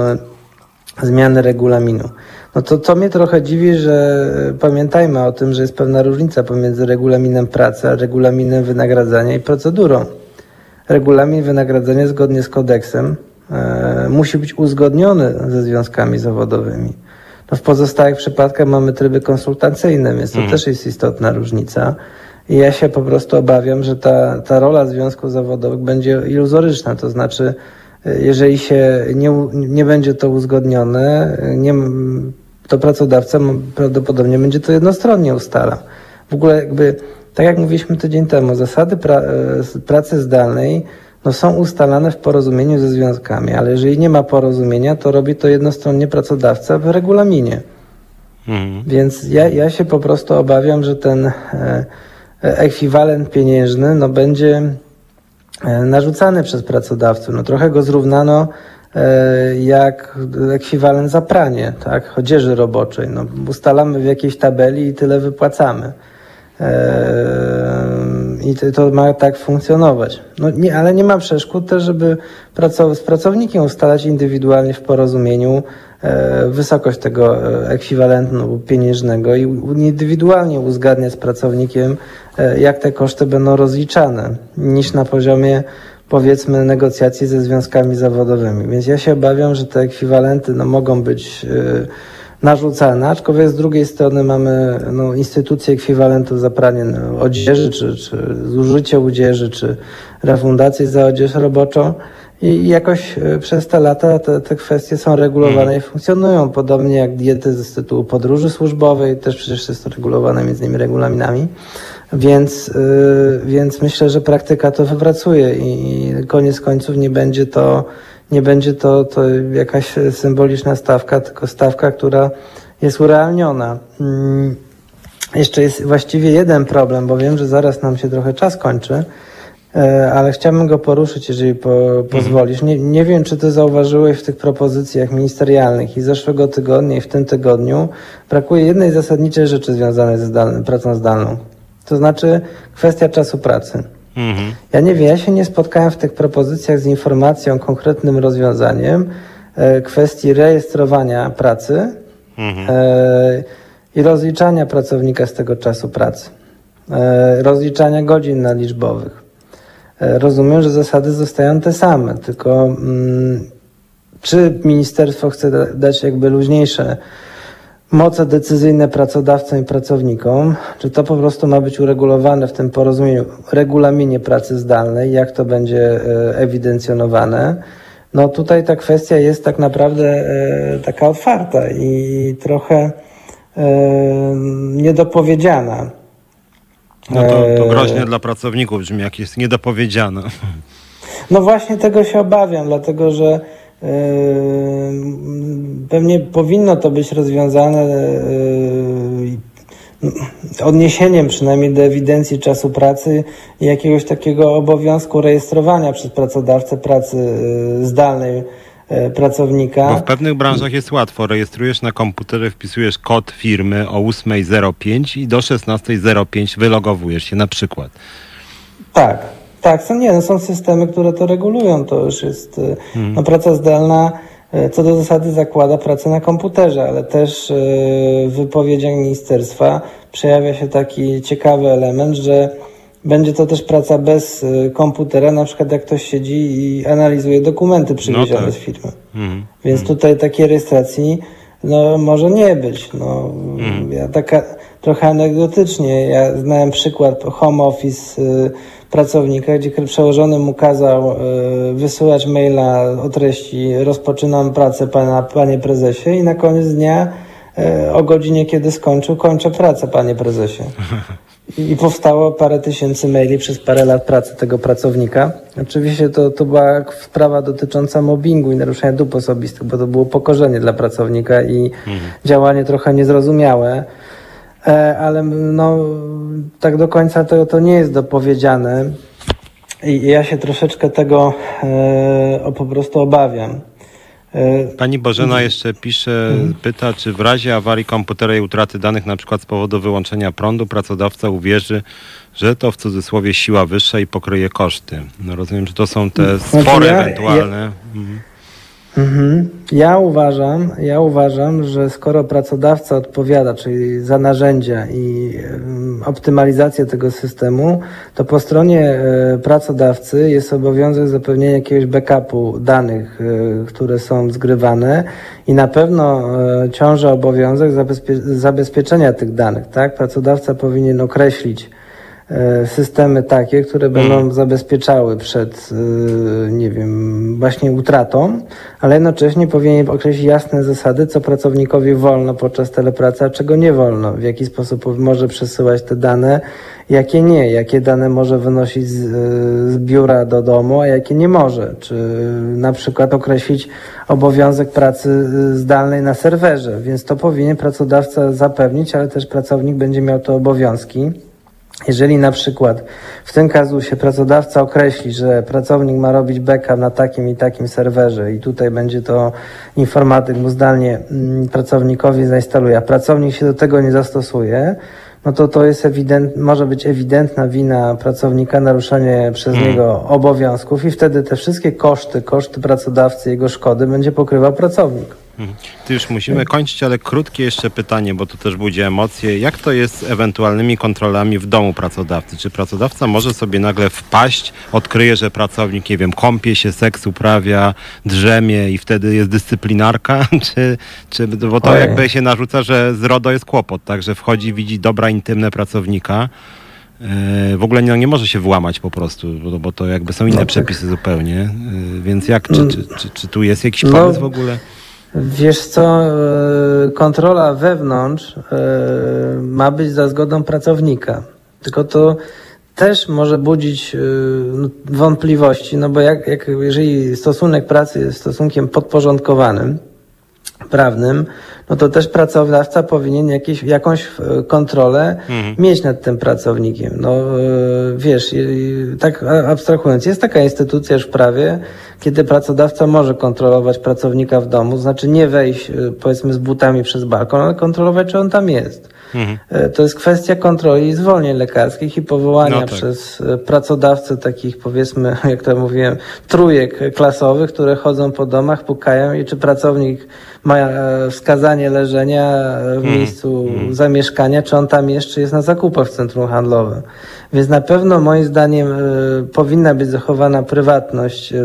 F: zmiany regulaminu. No to mnie trochę dziwi, że pamiętajmy o tym, że jest pewna różnica pomiędzy regulaminem pracy a regulaminem wynagradzania i procedurą. Regulamin wynagradzania zgodnie z kodeksem musi być uzgodniony ze związkami zawodowymi. No w pozostałych przypadkach mamy tryby konsultacyjne, więc to też jest istotna różnica. I ja się po prostu obawiam, że ta rola związków zawodowych będzie iluzoryczna, to znaczy jeżeli się nie będzie to uzgodnione, to pracodawca prawdopodobnie będzie to jednostronnie ustala. W ogóle jakby, tak jak mówiliśmy tydzień temu, zasady pracy zdalnej no są ustalane w porozumieniu ze związkami, ale jeżeli nie ma porozumienia, to robi to jednostronnie pracodawca w regulaminie. Więc ja się po prostu obawiam, że ten ekwiwalent pieniężny no będzie narzucany przez pracodawców. No trochę go zrównano jak ekwiwalent za pranie, tak, odzieży roboczej. No, ustalamy w jakiejś tabeli i tyle wypłacamy. I to ma tak funkcjonować. No ale nie ma przeszkód też, żeby z pracownikiem ustalać indywidualnie w porozumieniu wysokość tego ekwiwalentu pieniężnego i indywidualnie uzgadniać z pracownikiem, jak te koszty będą rozliczane, niż na poziomie, powiedzmy, negocjacji ze związkami zawodowymi. Więc ja się obawiam, że te ekwiwalenty no, mogą być narzucane, aczkolwiek z drugiej strony mamy no, instytucje ekwiwalentów za pranie odzieży, czy zużycie odzieży, czy refundacje za odzież roboczą i jakoś przez te lata te kwestie są regulowane i funkcjonują, podobnie jak diety z tytułu podróży służbowej, też przecież jest to regulowane między innymi regulaminami, więc myślę, że praktyka to wypracuje i koniec końców nie będzie to jakaś symboliczna stawka, tylko stawka, która jest urealniona. Jeszcze jest właściwie jeden problem, bo wiem, że zaraz nam się trochę czas kończy, ale chciałbym go poruszyć, jeżeli pozwolisz. Nie wiem, czy ty zauważyłeś w tych propozycjach ministerialnych i zeszłego tygodnia i w tym tygodniu brakuje jednej zasadniczej rzeczy związanej ze pracą zdalną. To znaczy kwestia czasu pracy. Ja się nie spotkałem w tych propozycjach z informacją, konkretnym rozwiązaniem kwestii rejestrowania pracy i rozliczania pracownika z tego czasu pracy, rozliczania godzin nadliczbowych. Rozumiem, że zasady zostają te same, tylko czy ministerstwo chce dać jakby luźniejsze moce decyzyjne pracodawcom i pracownikom, czy to po prostu ma być uregulowane w tym porozumieniu, regulaminie pracy zdalnej, jak to będzie ewidencjonowane. No tutaj ta kwestia jest tak naprawdę taka otwarta i trochę niedopowiedziana.
A: No to groźnie dla pracowników brzmi, jak jest niedopowiedziane.
F: No właśnie tego się obawiam, dlatego że pewnie powinno to być rozwiązane odniesieniem przynajmniej do ewidencji czasu pracy i jakiegoś takiego obowiązku rejestrowania przez pracodawcę pracy zdalnej pracownika.
A: Bo w pewnych branżach jest łatwo. Rejestrujesz na komputerze, wpisujesz kod firmy o 8:05 i do 16:05 wylogowujesz się na przykład.
F: Tak, są systemy, które to regulują. To już jest praca zdalna, co do zasady zakłada pracę na komputerze, ale też w wypowiedziach ministerstwa przejawia się taki ciekawy element, że będzie to też praca bez komputera, na przykład jak ktoś siedzi i analizuje dokumenty przywiezione z firmy. Więc tutaj takiej rejestracji może nie być. Ja trochę anegdotycznie, ja znałem przykład home office pracownika, gdzie przełożony mu kazał wysyłać maila o treści rozpoczynam pracę panie prezesie i na koniec dnia o godzinie, kiedy skończył, kończę pracę, panie prezesie. I powstało parę tysięcy maili przez parę lat pracy tego pracownika. Oczywiście to była sprawa dotycząca mobbingu i naruszenia dóbr osobistych, bo to było upokorzenie dla pracownika i działanie trochę niezrozumiałe. Ale tak do końca to nie jest dopowiedziane i ja się troszeczkę tego po prostu obawiam.
A: Pani Bożena jeszcze pyta, czy w razie awarii komputera i utraty danych, na przykład z powodu wyłączenia prądu, pracodawca uwierzy, że to w cudzysłowie siła wyższa i pokryje koszty. Rozumiem, że to są te spory ewentualne.
F: Ja uważam, że skoro pracodawca odpowiada, czyli za narzędzia i optymalizację tego systemu, to po stronie pracodawcy jest obowiązek zapewnienia jakiegoś backupu danych, które są zgrywane i na pewno ciąży obowiązek zabezpieczenia tych danych, tak? Pracodawca powinien określić systemy takie, które będą zabezpieczały przed, właśnie utratą, ale jednocześnie powinien określić jasne zasady, co pracownikowi wolno podczas telepracy, a czego nie wolno, w jaki sposób może przesyłać te dane, jakie nie, jakie dane może wynosić z biura do domu, a jakie nie może, czy na przykład określić obowiązek pracy zdalnej na serwerze, więc to powinien pracodawca zapewnić, ale też pracownik będzie miał te obowiązki. Jeżeli na przykład w tym kazusie pracodawca określi, że pracownik ma robić backup na takim i takim serwerze i tutaj będzie to informatyk mu zdalnie pracownikowi zainstaluje, a pracownik się do tego nie zastosuje, to jest może być ewidentna wina pracownika, naruszenie przez niego obowiązków i wtedy te wszystkie koszty pracodawcy, jego szkody będzie pokrywał pracownik.
A: Ty już musimy kończyć, ale krótkie jeszcze pytanie, bo to też budzi emocje. Jak to jest z ewentualnymi kontrolami w domu pracodawcy? Czy pracodawca może sobie nagle wpaść, odkryje, że pracownik, kąpie się, seks uprawia, drzemie i wtedy jest dyscyplinarka? Bo to jakby się narzuca, że z RODO jest kłopot, tak? Że wchodzi, widzi dobra intymne pracownika. W ogóle nie może się włamać po prostu, bo to jakby są inne przepisy zupełnie. Więc czy tu jest jakiś pomysł w ogóle?
F: Wiesz co, kontrola wewnątrz ma być za zgodą pracownika. Tylko to też może budzić wątpliwości, bo jeżeli stosunek pracy jest stosunkiem podporządkowanym, prawnym, to też pracodawca powinien jakąś kontrolę mieć nad tym pracownikiem. Wiesz, tak abstrahując, jest taka instytucja już w prawie, kiedy pracodawca może kontrolować pracownika w domu, znaczy nie wejść, powiedzmy, z butami przez balkon, ale kontrolować, czy on tam jest. To jest kwestia kontroli i zwolnień lekarskich i powołania przez pracodawcę takich, powiedzmy, jak to mówiłem, trójek klasowych, które chodzą po domach, pukają i czy pracownik ma wskazanie leżenia w miejscu zamieszkania, czy on tam jeszcze jest na zakupach w centrum handlowym. Więc na pewno moim zdaniem powinna być zachowana prywatność pracownika,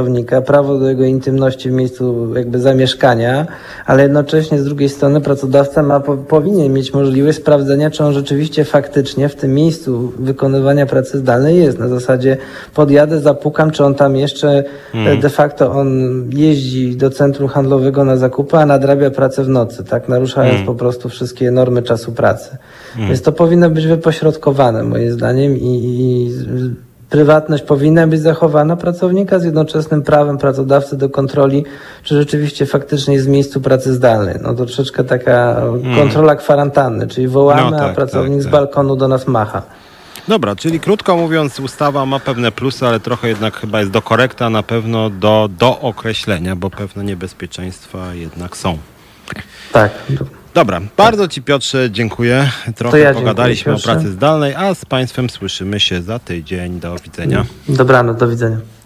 F: pracownika, prawo do jego intymności w miejscu jakby zamieszkania, ale jednocześnie z drugiej strony pracodawca powinien mieć możliwość sprawdzenia, czy on rzeczywiście faktycznie w tym miejscu wykonywania pracy zdalnej jest. Na zasadzie podjadę, zapukam, czy on tam jeszcze de facto on jeździ do centrum handlowego na zakupy, a nadrabia pracę w nocy, tak, naruszając po prostu wszystkie normy czasu pracy. Więc to powinno być wypośrodkowane moim zdaniem i prywatność powinna być zachowana pracownika z jednoczesnym prawem pracodawcy do kontroli, czy rzeczywiście faktycznie jest w miejscu pracy zdalnej. No to troszeczkę taka kontrola kwarantanny, czyli wołamy, a pracownik z balkonu do nas macha.
A: Dobra, czyli krótko mówiąc, ustawa ma pewne plusy, ale trochę jednak chyba jest do korekta na pewno do określenia, bo pewne niebezpieczeństwa jednak są.
F: Tak.
A: Dobra, bardzo Ci, Piotrze, dziękuję. Trochę pogadaliśmy o pracy zdalnej, a z Państwem słyszymy się za tydzień. Do widzenia.
F: Dobranoc, do widzenia.